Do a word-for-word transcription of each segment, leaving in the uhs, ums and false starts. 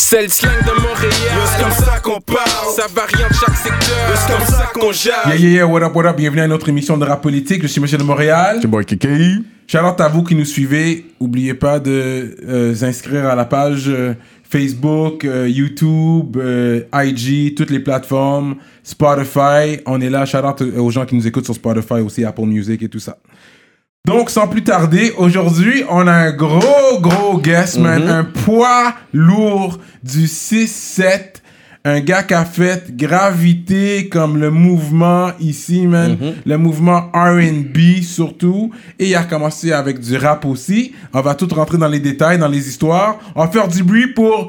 C'est le slang de Montréal. C'est comme ça qu'on parle. Ça varie en chaque secteur. C'est comme ça qu'on jase. Yeah, yeah, yeah, what up, what up. Bienvenue à notre émission de rap politique. Je suis Michel de Montréal. C'est boy Kiki. Shout-out à vous qui nous suivez. N'oubliez pas de euh, vous inscrire à la page euh, Facebook, euh, YouTube, euh, I G, toutes les plateformes, Spotify. On est là. Shout-out aux gens qui nous écoutent sur Spotify aussi, Apple Music et tout ça. Donc, sans plus tarder, aujourd'hui, on a un gros, gros guest, man. Mm-hmm. Un poids lourd du six sept. Un gars qui a fait gravité comme le mouvement ici, man. Mm-hmm. Le mouvement R and B surtout. Et il a commencé avec du rap aussi. On va tout rentrer dans les détails, dans les histoires. On va faire du bruit pour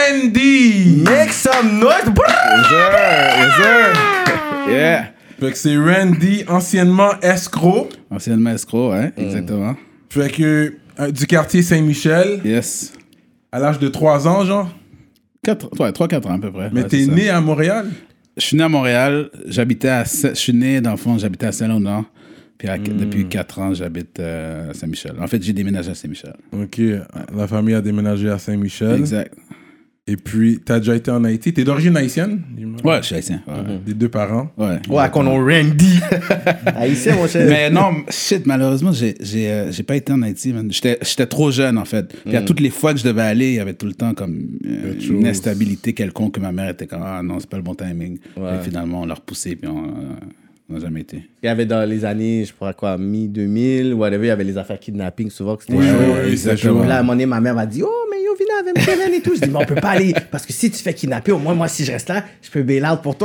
Randy. Make some noise. Yes, sir. Yes, sir. Yeah. Fait que c'est Randy, anciennement escroc. Anciennement escroc, hein, mm. exactement. Fait que euh, du quartier Saint-Michel. Yes. À l'âge de trois ans, genre. quatre, ouais, trois quatre ans à peu près. Mais ouais, t'es né à Montréal? Je suis né à Montréal. J'habitais à... Je suis né, dans le fond, j'habitais à Saint-Laurent. Puis à... mm. depuis quatre ans, j'habite euh, à Saint-Michel. En fait, j'ai déménagé à Saint-Michel. OK. Ouais. La famille a déménagé à Saint-Michel. Exact. Et puis, t'as déjà été en Haïti. T'es d'origine haïtienne? Ouais, je suis haïtien. Ouais. Mm-hmm. Des deux parents? Ouais. Ouais, qu'on a Randy. Haïtien, mon cher. Mais non, shit, malheureusement, j'ai, j'ai, euh, j'ai pas été en Haïti, man. J'étais, j'étais trop jeune, en fait. Puis mm. à toutes les fois que je devais aller, il y avait tout le temps comme euh, une instabilité quelconque que ma mère était comme « Ah non, c'est pas le bon timing. Ouais. » Et finalement, on l'a repoussé, puis on euh, n'a jamais été. Il y avait dans les années, je crois quoi, mi deux mille, whatever, il y avait les affaires kidnapping, souvent que c'était ouais, chaud. Ouais, exactement. Là, à un moment donné, ma mère m'a dit « Oh, mais yo, viens avec Kevin et tout. » Je dis « Mais on peut pas aller, parce que si tu fais kidnapper, au moins, moi, si je reste là, je peux bail out pour toi. »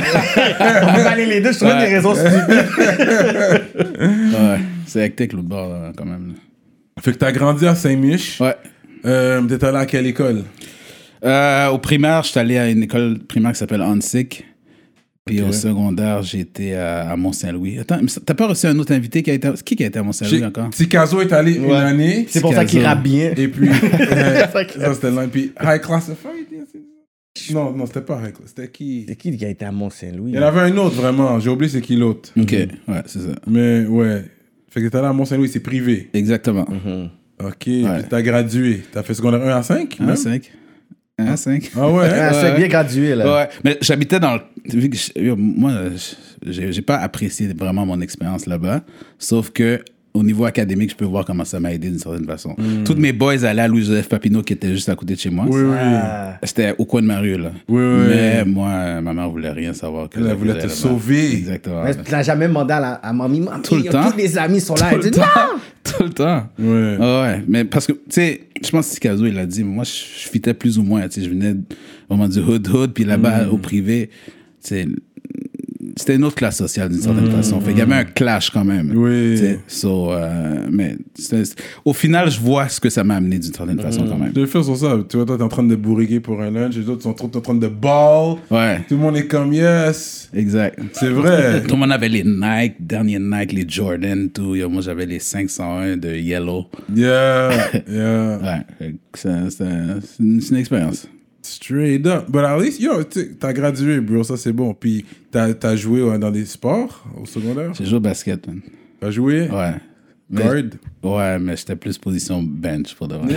On peut pas aller les deux, je trouve ouais. des raisons stupides. Ouais, c'est hectique l'autre bord, là, quand même. Fait que t'as grandi à Saint-Mich. Ouais. Euh, t'es allé à quelle école? Euh, au primaire, j'étais allé à une école primaire qui s'appelle Hansick. Puis okay. Au secondaire, j'étais à, à Mont-Saint-Louis. Attends, t'as pas reçu un autre invité qui a été à... Qui qui a été à Mont-Saint-Louis J'ai... encore? Tikazo est allé ouais. une année. C'est pour Tikazo. Ça qu'il rappe bien. Et puis... euh, ça, c'était l'un. Puis High Classified. Non, non, c'était pas High Classified. C'était qui? C'est qui qui a été à Mont-Saint-Louis? Il y en avait un autre, vraiment. J'ai oublié c'est qui l'autre. OK, mm-hmm. ouais, c'est ça. Mais ouais. Fait que t'es allé à Mont-Saint-Louis, c'est privé. Exactement. Mm-hmm. OK, ouais. Puis t'as gradué. T'as fait secondaire un à cinq? un à cinq. un à cinq. Ah ouais? un à cinq, bien gradué, là. Ouais, mais j'habitais dans le... Vu que je... Moi, j'ai, j'ai pas apprécié vraiment mon expérience là-bas, sauf que au niveau académique, je peux voir comment ça m'a aidé d'une certaine façon. Mm. Tous mes boys allaient à Louis-Joseph Papineau, qui était juste à côté de chez moi. Oui, oui. Ah. C'était au coin de ma rue, là. Oui, oui. Mais moi, ma mère voulait rien savoir. Elle voulait te là-bas. Sauver. Exactement. Mais tu l'as jamais demandé à, la, à mamie, mamie. Tout le temps. Tous les amis sont là. Tout Elle dit non! Tout le temps. Ouais. Ah ouais. Mais parce que, tu sais, je pense que Tikazo, il a dit, moi, je fitais plus ou moins. Tu sais, je venais vraiment du hood-hood, puis là-bas, mm. au privé, tu sais, c'était une autre classe sociale d'une certaine mmh, façon. Fait qu'il y avait un clash quand même. Oui. So, euh, mais au final, je vois ce que ça m'a amené d'une certaine mmh. façon quand même. Je vais faire sur ça. Tu vois, toi, t'es en train de bourriguer pour un lunch, les autres sont en train de ball. Ouais. Tout le monde est comme yes. Exact. C'est vrai. Tout le monde avait les Nike, derniers Nike, les Jordan, tout. Yo, moi, j'avais les cinq cent un de Yellow. Yeah. Yeah. Ouais. C'est, c'est, c'est, une, c'est une expérience. Straight up. But at least, yo, t'as gradué, bro, ça c'est bon. Puis t'as, t'as joué ouais, dans des sports au secondaire? J'ai joué au basket, man. T'as joué? Ouais. Guard? Mais, ouais, mais j'étais plus position bench pour de vrai.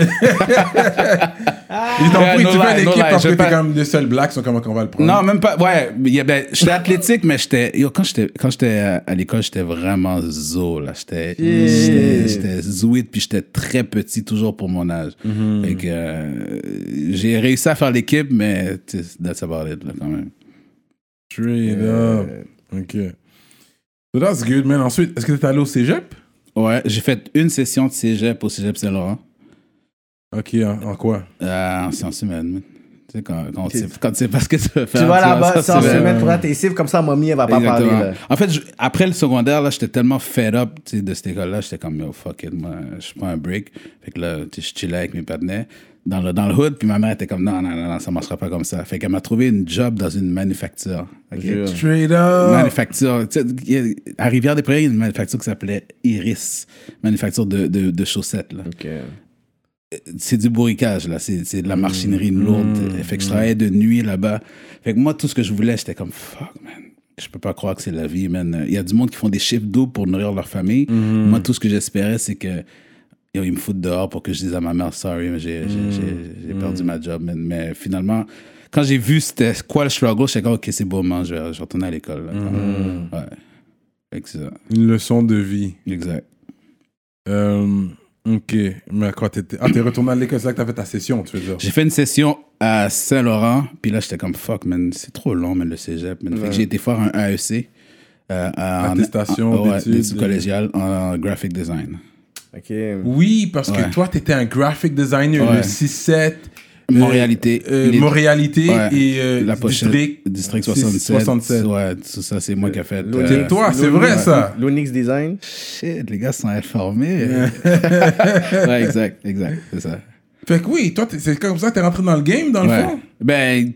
Ils t'ont pris, tu fais l'équipe parce que t'es pas... comme des seuls blacks, sont comment qu'on va le prendre? Non, même pas. Ouais, y a, ben, j'étais athlétique, mais j'étais. Yo, quand j'étais, quand j'étais à, à l'école, j'étais vraiment zo, là. J'étais, yeah. j'étais, j'étais zouide, puis j'étais très petit, toujours pour mon âge. Mm-hmm. Fait que euh, j'ai réussi à faire l'équipe, mais that's about it, là, quand même. Straight yeah. up. OK. So that's good, man. Ensuite, est-ce que t'es allé au cégep? Ouais, j'ai fait une session de cégep au cégep Saint-Laurent. OK, en, en quoi? Euh, en sciences humaines. Tu sais, quand, quand, tu sais, quand tu sais pas ce que tu veux faire. Tu vas là-bas, sciences humaines, pour t'es cible, comme ça, mamie, elle va pas Exactement. parler. Là. En fait, je, après le secondaire, là, j'étais tellement fed up de cette école-là, j'étais comme, yo, fuck it, moi, je prends un break. Fait que là, je chillais avec mes partenaires dans le, dans le hood, puis ma mère était comme, non, non, non, non, ça marchera pas comme ça. Fait qu'elle m'a trouvé une job dans une manufacture. Okay? Straight up! Manufacture. Tu sais, à Rivière-des-Prairies, il y a une manufacture qui s'appelait Iris, manufacture de, de, de chaussettes, là. Okay. C'est du bourricage, là. C'est, c'est de la machinerie mmh, lourde. Mmh, fait que je travaillais de nuit là-bas. Fait que moi, tout ce que je voulais, j'étais comme, fuck, man. Je peux pas croire que c'est la vie, man. Il y a du monde qui font des chiffres doubles pour nourrir leur famille. Mmh. Moi, tout ce que j'espérais, c'est que yo, ils me foutent dehors pour que je dise à ma mère, sorry, mais j'ai, j'ai, j'ai, j'ai perdu ma job. Mais, mais finalement, quand j'ai vu c'était quoi le struggle, j'étais comme, ok, c'est beau, man, je vais, je vais retourner à l'école. Là, mm. Ouais. Fait que c'est ça. Une leçon de vie. Exact. Euh, ok. Mais quand t'étais... Ah, t'es retourné à l'école, c'est là que t'as fait ta session, tu veux dire? J'ai fait une session à Saint-Laurent, puis là, j'étais comme, fuck, man, c'est trop long, man, le cégep. Man. Ouais. Fait que j'ai été faire un A E C. Euh, Attestation en, en, d'études. Ouais, d'études collégiales en, en graphic design. OK. Oui, parce que ouais. toi, t'étais un graphic designer, ouais. le six sept... Montréalité. Euh, euh, Montréalité ouais. et euh, la pochette, District, District soixante-sept. soixante-sept. Ouais, tout ça, c'est moi qui ai fait. Euh, c'est toi, c'est vrai ouais. ça. L'Onyx Design. Shit, les gars sont informés. Ouais, exact, exact, c'est ça. Fait que oui, toi, c'est comme ça que t'es rentré dans le game, dans le ouais. fond? Ben,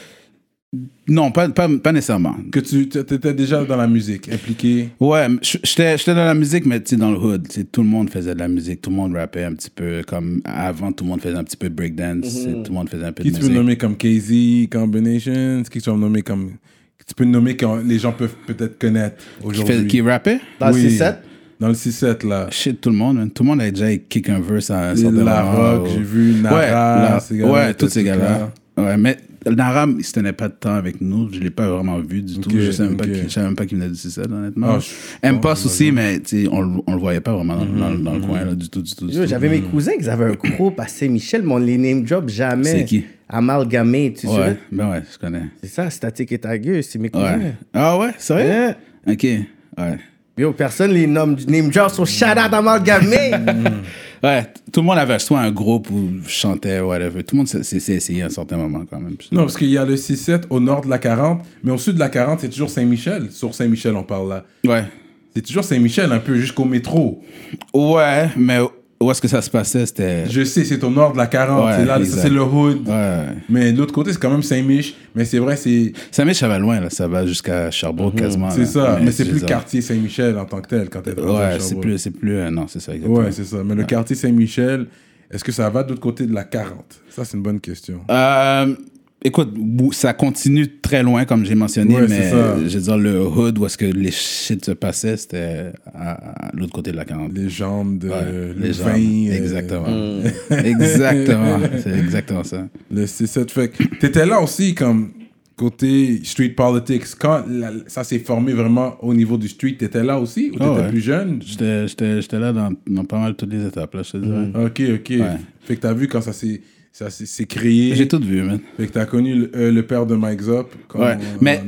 non, pas, pas, pas nécessairement. Que tu étais déjà dans la musique, impliqué? Ouais, j'étais dans la musique, mais tu sais, dans le hood, tout le monde faisait de la musique, tout le monde rappait un petit peu, comme avant, tout le monde faisait un petit peu breakdance, mm-hmm. tout le monde faisait un peu qui de musique. Qui tu peux nommer comme K Z, Combinations? Qui tu peux nommer comme... Tu peux nommer que les gens peuvent peut-être connaître aujourd'hui? Qui, fait, qui rappait? Dans oui. le six sept? Dans le six sept, là. Shit, tout le monde, man. Tout le monde a déjà kick un verse à un certain La moment. Rock, j'ai vu Nara, ouais, la, ces gars-là. Ouais, tous ces gars-là. Ouais, mais Nara, il se tenait pas de temps avec nous. Je l'ai pas vraiment vu du okay, tout. Je savais même, okay. pas, savais même pas qu'il venait du six sept, honnêtement. Oh, M-Post aussi, mais on, on le voyait pas vraiment dans, mm-hmm, dans, dans mm-hmm. le coin, là, du tout, du tout. Du Yo, tout. J'avais mm-hmm. mes cousins qui avaient un groupe à Saint-Michel, mais on les name drop jamais. C'est qui? Amalgamé, tu sais. Ouais, ben ouais, je connais. C'est ça, Static et Tagus, c'est mes cousins. Ouais. Ah ouais, c'est vrai? Yeah. Ok, ouais. Yo, personne les nomme name drop sur Shout Out Amalgamé. Ouais, tout le monde avait soit un groupe ou chantait, whatever. Tout le monde s'est essayé à un certain moment quand même. Non, parce qu'il y a le six sept au nord de la quarante, mais au sud de la quarante, c'est toujours Saint-Michel. Sur Saint-Michel, on parle là. Ouais. C'est toujours Saint-Michel, un peu jusqu'au métro. Ouais, mais où est-ce que ça se passait, c'était... Je sais, c'est au nord de la quarante. Ouais, c'est là, ça, c'est le hood. Ouais. Mais de l'autre côté, c'est quand même Saint-Mich. Mais c'est vrai, c'est... Saint-Mich, ça va loin, là. Ça va jusqu'à Sherbrooke, mmh, quasiment. C'est là. ça. Mais, mais c'est plus ça. quartier Saint-Michel en tant que tel quand t'es dans ouais, c'est plus, c'est plus... Euh, non, c'est ça, exactement. Ouais, c'est ça. Mais le ouais. quartier Saint-Michel, est-ce que ça va de l'autre côté de la quarante? Ça, c'est une bonne question. Euh... Écoute, ça continue très loin, comme j'ai mentionné, ouais, mais je veux dire, le hood où est-ce que les shit se passaient, c'était à, à l'autre côté de la quarante. Les jambes de ouais, le les vin. Jambes, exactement. Mm. Exactement. C'est exactement ça. Le C sept. Fait que t'étais là aussi comme côté street politics. Quand la, ça s'est formé vraiment au niveau du street, t'étais là aussi ou t'étais oh, ouais. plus jeune? J'étais, j'étais, j'étais là dans, dans pas mal toutes les étapes, là, je te dirais. Mm. Ok, ok. Ouais. Fait que t'as vu quand ça s'est... Ça s'est créé. J'ai tout vu, man. Fait que t'as connu le, euh, le père de Mike Zop. Comme ouais, mais,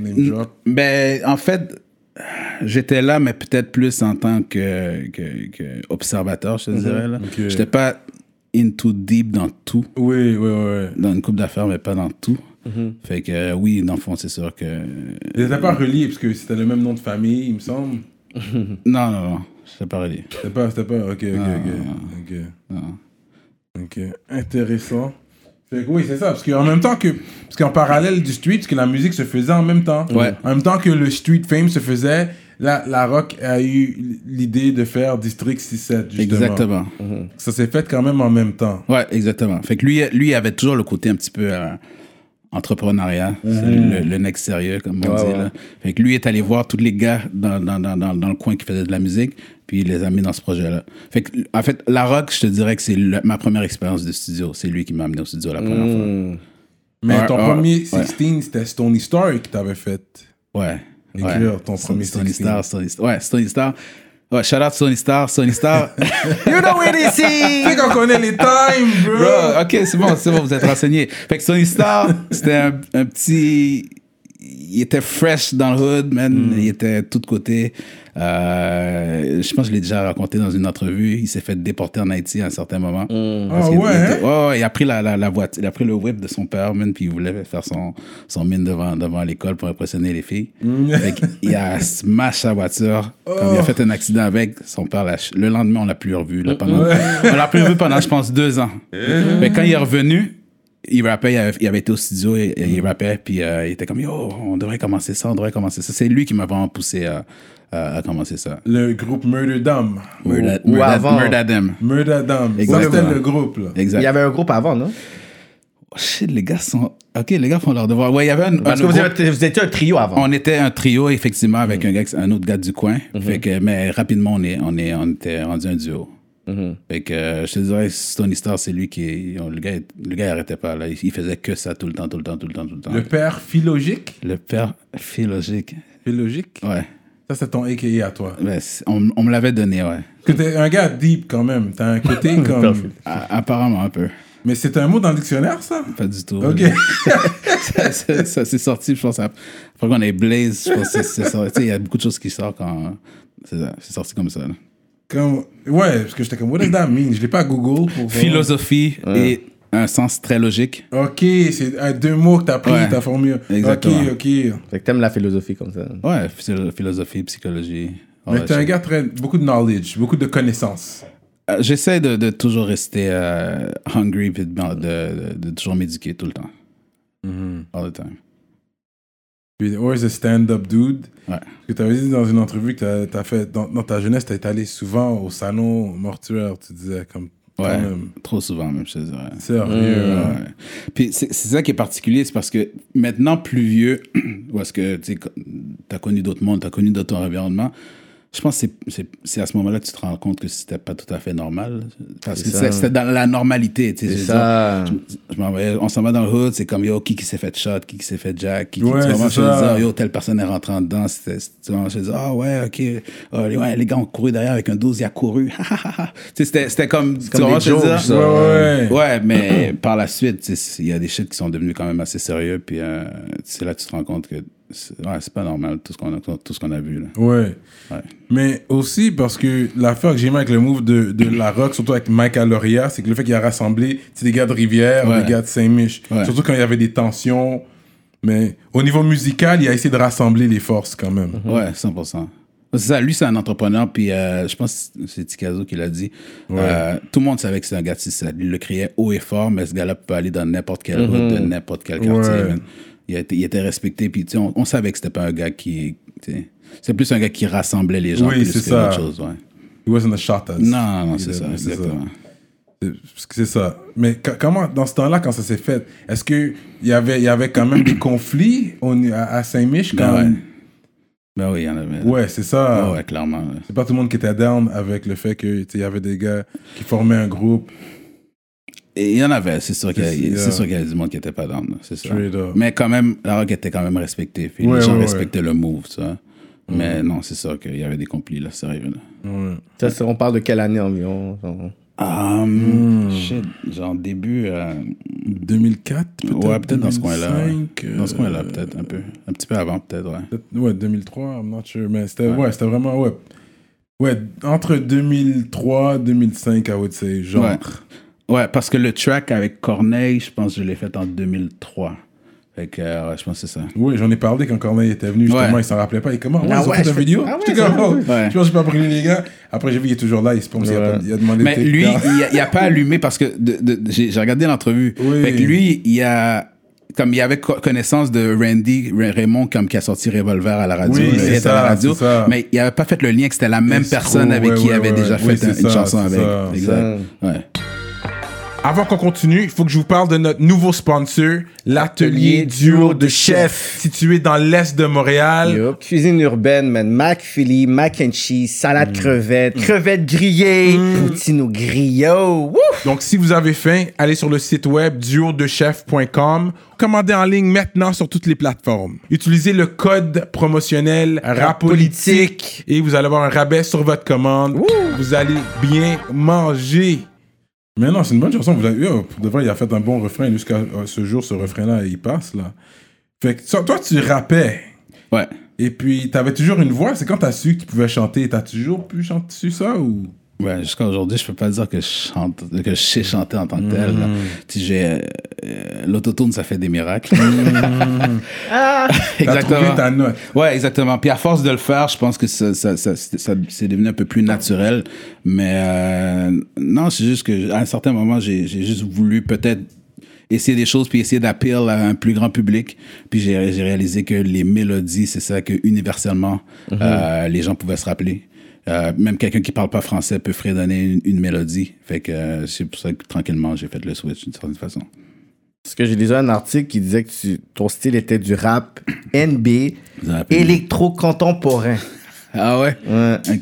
mais en fait, j'étais là, mais peut-être plus en tant que, que, que observateur, je te mm-hmm. dirais. Là. Okay. J'étais pas into deep dans tout. Oui, oui, oui. Dans une couple d'affaires, mais pas dans tout. Mm-hmm. Fait que euh, oui, dans le fond, c'est sûr que... Ils n'étaient pas reliés, parce que c'était le même nom de famille, il me semble. non, non, non. J'étais pas relié. C'était pas... C'était pas... Ok, ok, non, ok. Non. okay. non. Ok, intéressant. Fait que oui, c'est ça, parce qu'en même temps que... Parce qu'en parallèle du street, parce que la musique se faisait en même temps. Ouais. En même temps que le street fame se faisait, la, la rock a eu l'idée de faire District six sept, justement. Exactement. Mm-hmm. Ça s'est fait quand même en même temps. Ouais, exactement. Fait que lui, lui avait toujours le côté un petit peu... Euh, entrepreneuriat, mm-hmm. c'est le, le next sérieux, comme on ouais, dit. Ouais. Là. Fait que lui est allé voir tous les gars dans, dans, dans, dans, dans le coin qui faisaient de la musique, puis il les a mis dans ce projet-là. Fait que, en fait, la rock, je te dirais que c'est le, ma première expérience de studio. C'est lui qui m'a amené au studio la première mm. fois. Mais ouais, ton ouais, premier ouais. seize, c'était Stony Star que t'avais fait. Ouais. Écrire ouais. ton premier Stony seize. Star, Stony Star. Ouais, Stony Star. Ouais, shout out Stony Star, Stony Star. You know where this is! Tu sais qu'on connaît les times, bro! Bro, ok, c'est bon, c'est bon, vous êtes renseignés. Fait que Stony Star, c'était un, un petit... Il était fresh dans le hood, man. Mm. Il était de tous côtés. Euh, je pense que je l'ai déjà raconté dans une entrevue. Il s'est fait déporter en Haïti à un certain moment. Mm. Ah ouais, il, hein? était, ouais, ouais, il a pris la, la, la voiture, il a pris le whip de son père, man, puis il voulait faire son, son mine devant, devant l'école pour impressionner les filles. Mm. Fait il a smash sa voiture. Oh. Comme il a fait un accident avec, son père l'a... Le lendemain, on l'a plus revu. Là, pendant... ouais. On l'a plus revu pendant, je pense, deux ans. Mm. Mais quand il est revenu, il rappait, il avait, il avait été au studio, et, et il rappait, puis euh, il était comme, yo, on devrait commencer ça, on devrait commencer ça. C'est lui qui m'a vraiment poussé à, à, à commencer ça. Le groupe Murderdom. Murda, ou, ou avant. Murderdom. Murderdom. Ça, c'était le groupe, là. Exact. Il y avait un groupe avant, non? Oh, shit, les gars sont... OK, les gars font leur devoir. Ouais, il y avait un... Parce un que vous, avez, vous étiez un trio avant. On était un trio, effectivement, avec mm. un, gars, un autre gars du coin. Mm-hmm. Fait que, mais rapidement, on, est, on, est, on était rendu un duo. Mm-hmm. Fait que euh, je te dirais, Stony Star, c'est lui qui... Le gars, le gars, il arrêtait pas. Là. Il faisait que ça tout le temps, tout le temps, tout le temps, tout le temps. Le père Philogique? Le père Philogique. Philogique? Ouais. Ça, c'est ton A K A à toi. Ben, on, on me l'avait donné, ouais. Parce que t'es un gars deep quand même. T'as un côté comme... A- apparemment, un peu. Mais c'est un mot dans le dictionnaire, ça? Pas du tout. OK. ça, ça, ça s'est sorti, je pense, après qu'on ait Blaze, je pense que c'est sorti. Il y a beaucoup de choses qui sortent quand... C'est, c'est sorti comme ça, là. Comme... Ouais, parce que j'étais comme, what does that mean? Je l'ai pas à Google pour... Philosophie Ouais. et un sens très logique. OK, c'est euh, deux mots que t'as pris, Ouais. t'as formé. Exactement. OK, OK. Fait que t'aimes la philosophie comme ça. Ouais, philo- philosophie, psychologie. Mais Ouais, t'es un je- gars très... Beaucoup de knowledge, beaucoup de connaissances. Euh, J'essaie de, de toujours rester euh, hungry et de, de, de, de toujours m'éduquer tout le temps. Mm-hmm. All the time. Puis, always a stand-up dude. Ouais. Parce que tu avais dit dans une entrevue que t'as, t'as fait, dans, dans ta jeunesse, tu es allé souvent au salon mortuaire, tu disais, comme. quand Ouais, même. trop souvent même, je te dirais. Sérieux. hein. Ouais. Puis c'est, c'est ça qui est particulier, c'est parce que maintenant, plus vieux, ou est-ce que tu as connu d'autres mondes, tu as connu d'autres environnements, je pense que c'est, c'est, c'est à ce moment-là que tu te rends compte que c'était pas tout à fait normal. Parce C'est que ça. c'était, c'était dans la normalité. Tu sais, C'est je veux ça. dire, je, je m'en vais- on s'en va dans le hood, c'est comme yo, qui, qui s'est fait shot, qui, qui s'est fait jack, qui, qui Ouais, tu vois, moi, c'est je te ça. dis, yo, telle personne est rentrée en dedans. C'était, tu vois, je te dis, ah ouais, ok, Ah, les, ouais, les gars ont couru derrière avec un douze, il a couru. Tu sais, c'était, c'était comme, tu comme vois, des je te dis, jokes, ça. Ouais, ouais. Ouais, mais par la suite, tu sais, il y a des shit qui sont devenus quand même assez sérieux, puis euh, c'est là que tu te rends compte que c'est, ouais, c'est pas normal tout ce qu'on a, tout ce qu'on a vu. Là. Ouais. Ouais. Mais aussi parce que l'affaire que j'ai aimé avec le move de, de La Rock, surtout avec Mike Aloria, c'est que le fait qu'il a rassemblé tu sais, des gars de Rivière, Ouais. des gars de Saint-Mich. Ouais. Surtout quand il y avait des tensions. Mais au niveau musical, il a essayé de rassembler les forces quand même. Ouais, cent pour cent. C'est ça, lui, c'est un entrepreneur, puis euh, je pense que c'est Tikazo qui l'a dit. Ouais. Euh, tout le monde savait que c'est un gars de ça. Il le criait haut et fort, mais ce gars-là peut aller dans n'importe quelle route, de n'importe quel quartier. Ouais. man. Il, a été, il était respecté, puis tu sais, on, on savait que c'était pas un gars qui. tu sais, c'est plus un gars qui rassemblait les gens Oui, plus c'est que ça. autre chose. Ouais. He wasn't a shot us. Non, non, Il c'est a- ça, c'est exactement. C'est parce que c'est ça. Mais co- comment, dans ce temps-là, quand ça s'est fait, est-ce qu'il y avait, il y avait quand même des conflits au- à, à Saint-Mich quand Ben ouais. même? Ben oui, il y en avait. Ouais, c'est ça. Ouais, ouais, clairement. ouais. C'est pas tout le monde qui était down avec le fait que, tu sais, il y avait des gars qui formaient un groupe. Et il y en avait, c'est sûr qu'il y, a- C'est- c'est yeah. sûr qu'il y avait du monde qui était pas down, là, c'est ça. Straight up. Mais quand même, la rock était quand même respectée. Puis Ouais, les gens ouais, respectaient le move, ça. Mais non, c'est sûr qu'il y avait des conflits, là, sérieux, là. Ouais. Ça, c'est- on parle de quelle année environ? genre? Um, shit, genre début. euh, deux mille quatre, peut-être? ouais, peut-être dans ce coin-là. ouais. deux mille cinq, Dans ce coin-là, euh, peut-être, un peu. Un petit peu avant, peut-être, ouais. peut-être- Ouais, deux mille trois, I'm not sure. Mais c'était, Ouais. ouais, c'était vraiment, ouais. Ouais, entre deux mille trois et deux mille cinq, I would say, genre. Ouais. Ouais, parce que le track avec Corneille, je pense que je l'ai fait en deux mille trois. Fait que, euh, ouais, je pense que c'est ça. Oui, j'en ai parlé quand Corneille était venu, justement, Ouais. il s'en rappelait pas. Il est comment? Ouais, Ah ils ont ouais, fait je une fais- vidéo. Ah ouais, J'étais ça, comme, oh, ouais. je pense que j'ai pas pris les gars. Après, j'ai vu qu'il est toujours là, il se pense qu'il a, Ouais. pas- il a demandé Mais de- lui, de- il a, il a pas allumé parce que de- de- j'ai j'ai regardé l'entrevue. Oui. Fait que lui, il a. Comme il avait co- connaissance de Randy Ra- Raymond, comme qui a sorti Revolver à la radio, Oui, le c'est hit à la ça, radio, c'est ça. mais il avait pas fait le lien que c'était la même Escroc, personne avec ouais, qui il ouais, avait ouais, déjà ouais. Oui, fait un- c'est une ça, chanson c'est avec. ça. Exact. Ouais. Avant qu'on continue, il faut que je vous parle de notre nouveau sponsor, l'atelier duo de chef, situé dans l'est de Montréal. Yup. Cuisine urbaine, man. Mac Philly, mac and cheese, salade crevettes, crevettes grillées, poutine au griot. Wouh! Donc, si vous avez faim, allez sur le site web duo de chef point com. Commandez en ligne maintenant sur toutes les plateformes. Utilisez le code promotionnel RAPOLITIQUE et vous allez avoir un rabais sur votre commande. Vous allez bien manger. Mais non, c'est une bonne chanson. Vous avez, oh, pour de vrai, il a fait un bon refrain jusqu'à euh, ce jour. Ce refrain-là, il passe, là. Fait que ça, toi, tu rappais. Ouais. Et puis, t'avais toujours une voix. C'est quand t'as su que tu pouvais chanter. T'as toujours pu chanter sur ça ou... Ouais, jusqu'à aujourd'hui, je peux pas dire que je chante, que je sais chanter en tant que tel. là. Tu sais, j'ai, euh, l'autotune, ça fait des miracles. T'as trouvé ta note. Ouais, exactement. Puis à force de le faire, je pense que ça, ça, ça, ça- ça- c'est devenu un peu plus naturel. Mais euh, non, c'est juste que à un certain moment, j'ai, j'ai juste voulu peut-être essayer des choses puis essayer d'appeler à un plus grand public. Puis j'ai, j'ai réalisé que les mélodies, c'est ça que universellement euh, les gens pouvaient se rappeler. Euh, même quelqu'un qui parle pas français peut fredonner une, une mélodie. Fait que euh, c'est pour ça que tranquillement j'ai fait le switch d'une certaine façon. Parce que j'ai lu un article qui disait que tu- ton style était du rap N B, Vous avez appelé- électro-contemporain. Ah ouais? Ouais. Ok.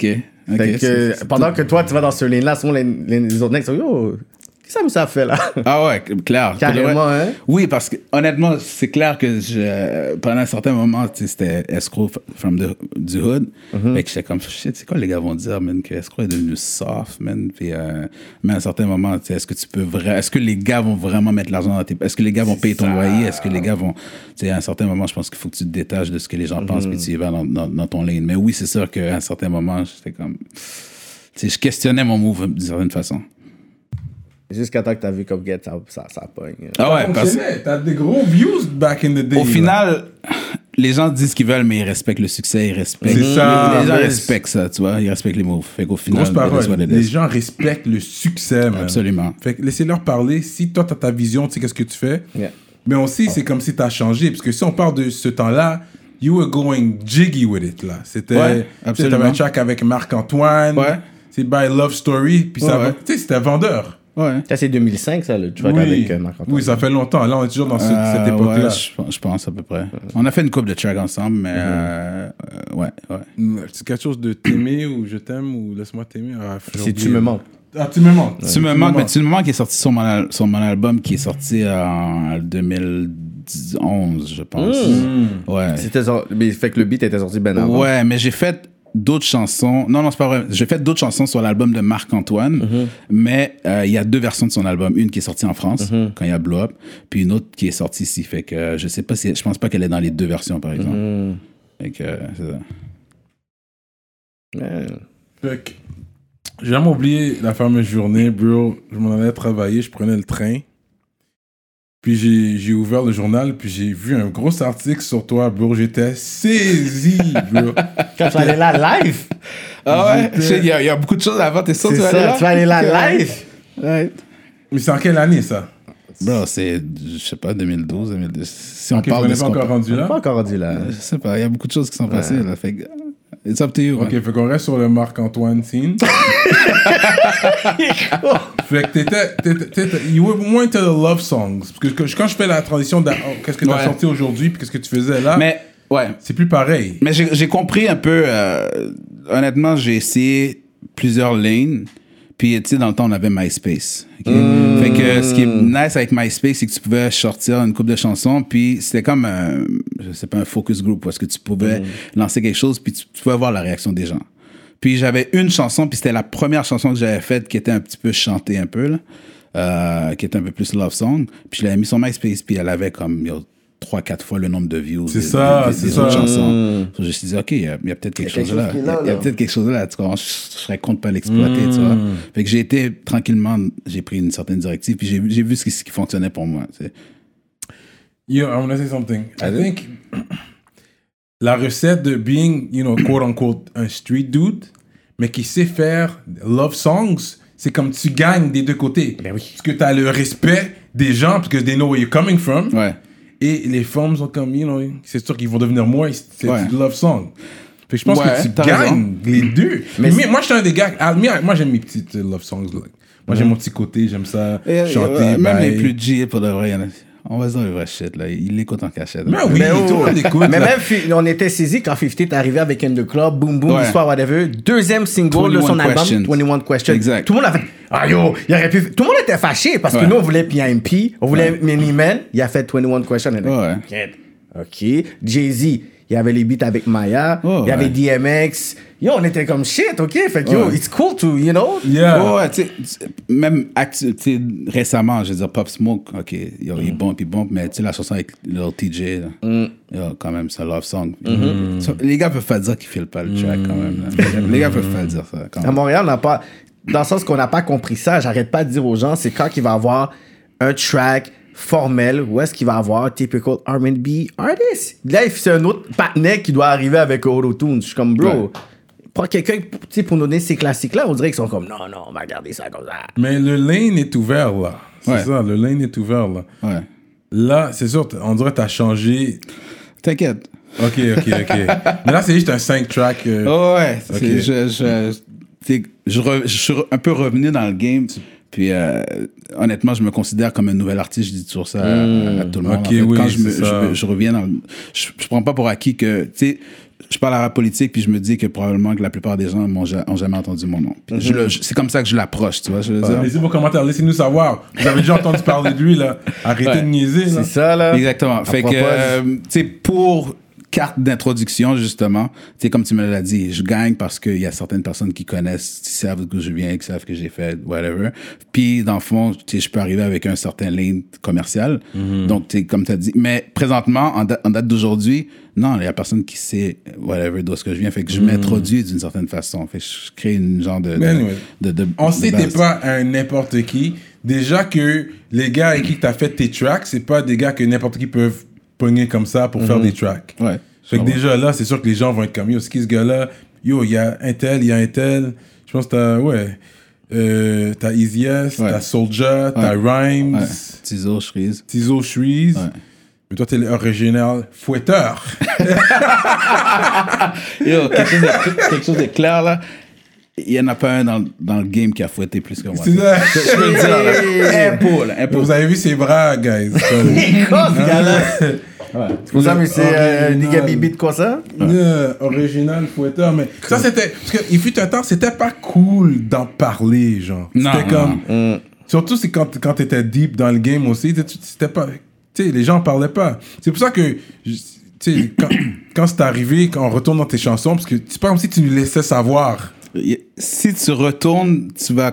Ok, Fait que, c'est- c'est pendant tout- que toi, tu vas dans ce lane-là, souvent les, les, les autres necks sont yo, qu'est-ce que ça me fait là? Ah ouais, clair. Carrément, hein? Oui, parce que honnêtement, c'est clair que je, pendant un certain moment, tu sais, c'était escrow f- from the, du hood. Mm-hmm. Fait que j'étais comme, shit, c'est quoi les gars vont dire, man, que escrow est devenu soft, man. Puis, euh, mais à un certain moment, tu sais, est-ce que tu peux vraiment, est-ce que les gars vont vraiment mettre l'argent dans tes, est-ce que les gars vont payer ton loyer, est-ce que les gars vont, tu sais, à un certain moment, je pense qu'il faut que tu te détaches de ce que les gens pensent, puis tu y vas dans, dans, dans ton lane. Mais oui, c'est sûr qu'à un certain moment, j'étais comme, tu sais, je questionnais mon move d'une certaine façon. Jusqu'à temps que t'as vu comme Get, ça, ça, ça pogne. Ah ouais, parce que T'as des gros views back in the day. au là. final, les gens disent ce qu'ils veulent, mais ils respectent le succès, ils respectent. C'est ça, Les gens mais- respectent ça, tu vois, ils respectent les moves. Fait qu'au final, Grosse it is parole. what it Les is. gens respectent le succès, man. Absolument. Fait que laissez-leur parler. Si toi, t'as ta vision, tu sais qu'est-ce que tu fais. Yeah. Mais aussi, c'est comme si t'as changé. Parce que si on parle de ce temps-là, you were going jiggy with it, là. C'était... Ouais, tu sais, absolument. t'avais un track avec Marc-Antoine. Ouais. C'est by Love Story. Puis ça Ouais, va... ouais. Tu sais, c'était vendeur. Ouais. Ça, c'est deux mille cinq, ça, le track Oui. avec euh, Marc-Antoine. Oui, ça fait longtemps. Là, on est toujours dans ce- Euh, cette époque-là. ouais, je, pense- je pense à peu près. On a fait une couple de tracks ensemble, mais euh, euh, ouais, ouais. C'est quelque chose de t'aimer ou je t'aime ou laisse-moi t'aimer. Ah, j'ai Si oublié. tu me manques. Ah, tu me manques. Tu me manques, mais tu me manques qui est sorti sur mon, al- sur mon album qui est sorti en deux mille onze, je pense. Ouais. C'était sorti- mais fait que le beat était sorti ben avant. Ouais, mais j'ai fait d'autres chansons. Non, non, c'est pas vrai. J'ai fait d'autres chansons sur l'album de Marc-Antoine, mais euh, il y a deux versions de son album. Une qui est sortie en France, quand il y a Blow Up, puis une autre qui est sortie ici. Fait que euh, je sais pas si... Je pense pas qu'elle est dans les deux versions, par exemple. Fait que, euh, c'est ça. Ouais. Fait que j'ai jamais oublié la fameuse journée, bro. Je m'en allais travailler, je prenais le train. Puis j'ai, j'ai ouvert le journal, puis j'ai vu un gros article sur toi, bro. J'étais saisi, bro. Quand tu vas aller là live, Ah ouais? J'étais- Il y, a- il y a beaucoup de choses avant. T'es sûr c'est que tu vas ça, aller là? tu vas aller là live. Ouais. Mais c'est en quelle année, ça? Bro, c'est, je sais pas, deux mille douze, deux mille douze. Si on Ok, parle on de n'est ce pas qu'on encore parle- rendu On n'est là? pas encore rendu là. Je sais pas, il y a beaucoup de choses qui sont passées. Là, fait que, it's up to you. Ok, hein. fait qu'on reste sur le Marc-Antoine scene. Fait que t'étais, t'étais, t'étais, you were more into the love songs. Parce que que- quand je fais la transition de oh, qu'est-ce que t'as Ouais. sorti aujourd'hui, puis qu'est-ce que tu faisais là, Mais, ouais. c'est plus pareil. Mais j'ai j'ai compris un peu. euh, honnêtement, j'ai essayé plusieurs lanes. Puis, tu sais, dans le temps, on avait MySpace. ok? Fait que ce qui est nice avec MySpace, c'est que tu pouvais sortir une couple de chansons. Puis, c'était comme, un, je sais pas, un focus group. Parce que tu pouvais lancer quelque chose, puis tu, tu pouvais voir la réaction des gens. Puis, j'avais une chanson, puis c'était la première chanson que j'avais faite qui était un petit peu chantée un peu, là. Euh, qui était un peu plus love song. Puis, je l'avais mis sur MySpace, puis elle avait comme, yo, trois, quatre fois le nombre de views. C'est des- ça, des- c'est des ça. autres chansons. Je me suis dit, OK, il y a, il y a peut-être quelque, quelque chose là. chose qui est Il y a, là, il y a là. peut-être quelque chose là. Tu comprends? Je, je serais content de pas l'exploiter, tu vois. Fait que j'ai été tranquillement, j'ai pris une certaine directive, puis j'ai, j'ai vu ce qui, ce qui fonctionnait pour moi. Tu sais. Yo, I want to say something. I think la recette de being, you know, quote unquote, un street dude, mais qui sait faire love songs, c'est comme tu gagnes des deux côtés. Ben oui. Parce que tu as le respect des gens, parce que they know where you're coming from. Ouais. Et les femmes sont comme, you know, c'est sûr qu'ils vont devenir moins, c'est Ouais. du love song. Fait que je pense Ouais, que tu t'as gagnes les deux. Mais, Mais moi, je suis un des gars, ah, moi, moi, j'aime mes petites euh, love songs. Like. Moi, j'aime mon petit côté, j'aime ça, Et, chanter. euh, même bye. les plus G, pour de vrai, il y en a- on va se dire le vrai shit, là. Il l'écoute en cachette. Mais oui, Mais tout le oh, monde écoute. Mais là. même, fi- on était saisis quand cinquante est arrivé avec In The Club, Boom Boom, Ouais. Histoire, whatever. Deuxième single de son twenty-one album, Questions. vingt et un Questions. Exact. Tout le monde a fait, ah yo, il aurait pu. Tout le monde était fâché parce que Ouais. nous, on voulait P I M P, on voulait Many Men. Il a fait vingt et un Questions. On a Ouais. dit, OK. Jay-Z, il y avait les beats avec Maya. Oh, il y avait ouais. D M X. Yo, on était comme shit, OK? Fait que yo, Ouais. it's cool to, you know? Yeah. Ouais, ouais, tu sais, tu sais, même actu- tu sais, récemment, je veux dire, Pop Smoke, OK, yo, il bombe, il bombe, mais tu sais, la chanson avec Lil T J, là, yo, quand même, c'est un love song. So, les gars peuvent pas dire qu'ils filent pas le track, quand même. Là. Les gars- Les gars peuvent pas dire ça, quand À même. Montréal, on n'a pas. Dans le sens qu'on n'a pas compris ça, j'arrête pas de dire aux gens, c'est quand il va avoir un track formel, où est-ce qu'il va avoir typical R and B artist. Là, c'est un autre patinet qui doit arriver avec Auto-Tune. Je suis comme, bro, Ouais. prends quelqu'un tu sais, pour nous donner ces classiques-là, on dirait qu'ils sont comme, non, non, on va garder ça comme ça. Mais le lane est ouvert, là. C'est Ouais. ça, le lane est ouvert, là. Ouais. Là, c'est sûr, t- on dirait que t'as changé. T'inquiète. Ok, ok, ok. Mais là, c'est juste un cinq track. euh, Oh, ouais, Ok. c'est- je, je, tu sais, je, re- je suis un peu revenu dans le game Puis euh, honnêtement, je me considère comme un nouvel artiste. Je dis toujours ça à, Mm. à tout le monde. Ok, en fait, oui, quand je, me, c'est ça. je, me- je reviens dans, le- je, je prends pas pour acquis que, tu sais, je parle à la politique puis je me dis que probablement que la plupart des gens n'ont ja- jamais entendu mon nom. Puis je le- je- c'est comme ça que je l'approche, tu vois. Je veux dire. Laissez vos commentaires, laissez-nous savoir. Vous avez déjà entendu parler de lui, là. Arrêtez Ouais. de niaiser, là. C'est ça, là. Exactement. Fait que, propos- euh, tu sais, pour carte d'introduction, justement, tu sais, comme tu me l'as dit, je gagne parce qu'il y a certaines personnes qui connaissent, qui savent d'où je viens, qui savent que j'ai fait, whatever. Puis, dans le fond, tu sais, je peux arriver avec un certain ligne commercial. Donc, tu sais, comme tu as dit. Mais présentement, en, da- en date d'aujourd'hui, non, il y a personne qui sait, whatever, d'où est-ce que je viens. Fait que je m'introduis d'une certaine façon. Fait que je crée une genre de... de, Mais anyway. de, de- On de sait que base. t'es pas un n'importe qui. Déjà que les gars avec qui t'as fait tes tracks, c'est pas des gars que n'importe qui peuvent pogner comme ça pour faire des tracks. Ouais. Fait que Ouais. déjà là, c'est sûr que les gens vont être comme yo, c'est qui ce gars-là? Yo, il y a un tel, il y a un tel. Je pense que t'as, ouais. Euh, t'as Easy S, Ouais. t'as Soulja, t'as Rhymes, Ouais. Tizo, Shreeze. Tizo Shreeze. Ouais. Mais toi, t'es l'original fouetteur. Yo, quelque chose, de, quelque chose de clair, là. Il n'y en a pas un dans, dans le game qui a fouetté plus que moi. C'est ça. Je peux le dire, là. Un pot, là. Un pot. Vous avez vu ses bras, guys. Comme- Quoi, ce gars-là? Ouais. C'est pour ça, mais c'est euh, Original. Nigga Bibi de quoi ça? Yeah, original fouetteur. Mais ça, c'était. Parce qu'il fut un temps, c'était pas cool d'en parler, genre. Non, C'était non, comme. Surtout c'est quand, quand t'étais deep dans le game aussi, t'étais- c'était pas. Tu sais, les gens en parlaient pas. C'est pour ça que. je- Tu sais, quand, quand c'est arrivé, quand on retourne dans tes chansons, parce que c'est pas comme si tu nous laissais savoir. Si tu retournes, tu vas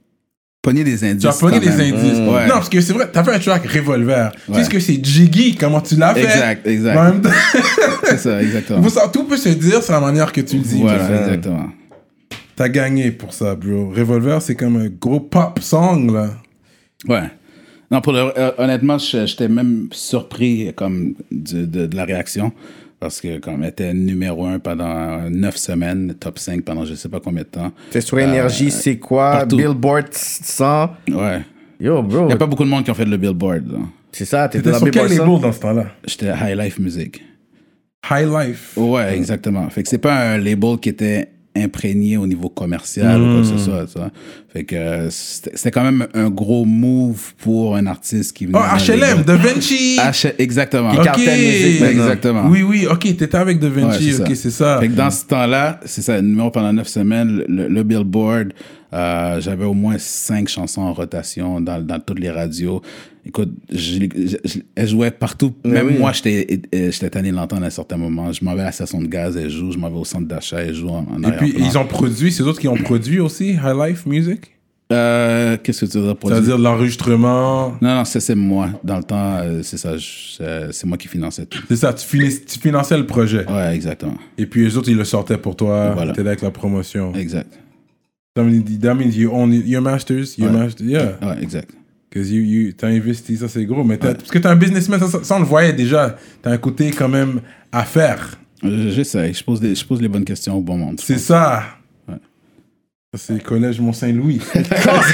pogner des indices. Tu as pogné quand des même. indices. Ouais. Non, parce que c'est vrai, t'as fait un track Revolver. Tu Ouais. sais ce que c'est Jiggy, comment tu l'as fait. Exact, exact. Mais en même temps, C'est ça, exactement. vous- ça- tout peut se dire sur la manière que tu le dis. Voilà, Jeff. exactement. T'as gagné pour ça, bro. Revolver, c'est comme un gros pop song, là. Ouais. Non, pour le, euh, honnêtement, je- j'étais même surpris comme de, de, de la réaction. Parce que comme elle était numéro un pendant neuf semaines, top cinq pendant je sais pas combien de temps. C'est sur Énergie, c'est quoi? partout. Billboard cent. Ouais. Yo, bro. Il n'y a pas beaucoup de monde qui ont fait le Billboard. là. C'est ça, t'étais T'étais dans sur quel Billboard label cent? dans ce temps-là? J'étais à High Life Music. High Life. Ouais, exactement. Fait que c'est pas un label qui était imprégné au niveau commercial ou quoi que ce soit, tu vois. Fait que euh, c'était c'était quand même un gros move pour un artiste qui venait. Oh, d'un H L M, label. Da Vinci. H- exactement. Qui Ok. Cartel Music, maintenant. Exactement. Oui, oui, ok, t'étais avec Da Vinci, Ouais, ok, c'est ça. Fait que dans ce temps-là, c'est ça, numéro pendant neuf semaines, le, le Billboard, euh, j'avais au moins cinq chansons en rotation dans, dans toutes les radios. Écoute, je, je, je- elle jouait partout. Mais Même oui. moi, j'étais euh, j'étais tanné de l'entendre à un certain moment. Je m'en vais à la station de gaz, elle joue. Je m'en vais au centre d'achat, elle joue en, en Et puis, arrière-plan. ils ont produit, c'est eux autres qui ont produit aussi High Life Music? Euh, Qu'est-ce que tu veux dire pour dire? C'est-à-dire de l'enregistrement. Non, non, ça, c'est moi. Dans le temps, euh, c'est ça. je- euh, C'est moi qui finançais tout. C'est ça, tu, finis- tu finançais le projet. Ouais, exactement. Et puis, les autres, ils le sortaient pour toi. Voilà. T'étais avec la promotion. Exact. That means, that means you own your masters, your Ouais. masters, yeah. Ouais, exact. Because you, you, t'as investi, ça c'est gros. Mais t'as- parce que t'es un businessman, ça, ça, ça, on le voyait déjà. T'as un côté quand même à faire. Je- J'essaie. Je pose, des- je pose les bonnes questions au bon moment. C'est ça. Ouais. Ça, c'est le collège Mont-Saint-Louis. Ouais,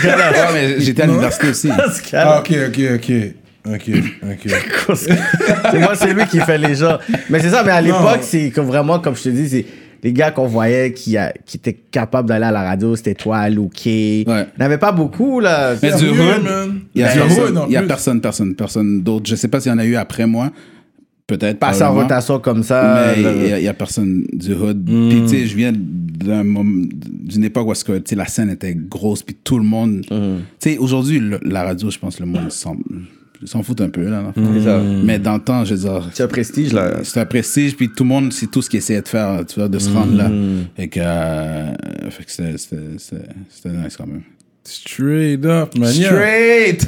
mais j'étais à l'université aussi. Ce gars-là. Ah, ok, ok, ok. Ok, ok. C'est moi, c'est lui qui fait les gens. Mais c'est ça, mais à Non. l'époque, c'est comme vraiment, comme je te dis, c'est les gars qu'on voyait qui, a- qui étaient capables d'aller à la radio, c'était toi, Luké. Ouais. Il n'y avait pas beaucoup, là. Mais du Sérieux, hood, man. il y a Du personne, hood, en il y a plus. personne, personne, personne d'autre. Je sais pas s'il y en a eu après moi. Peut-être. Passer en probablement. rotation comme ça. Mais là. il y, a- il y a personne du hood. Hmm. Puis tu sais, je viens d'un moment- d'une époque où est-ce que, tu sais, la scène était grosse, puis tout le monde. Hmm. Tu sais, aujourd'hui, le- la radio, je pense, le monde s'en, s'en fout un peu là. dans le fond. C'est ça. Mais dans le temps, je veux dire, C'est un prestige, là. c'est un prestige, puis tout le monde, c'est tout ce qu'il essayait de faire, tu vois, de se rendre là. Fait que, euh, fait que c'était, c'était, c'était, c'était nice quand même. Straight up, man. yeah. Straight!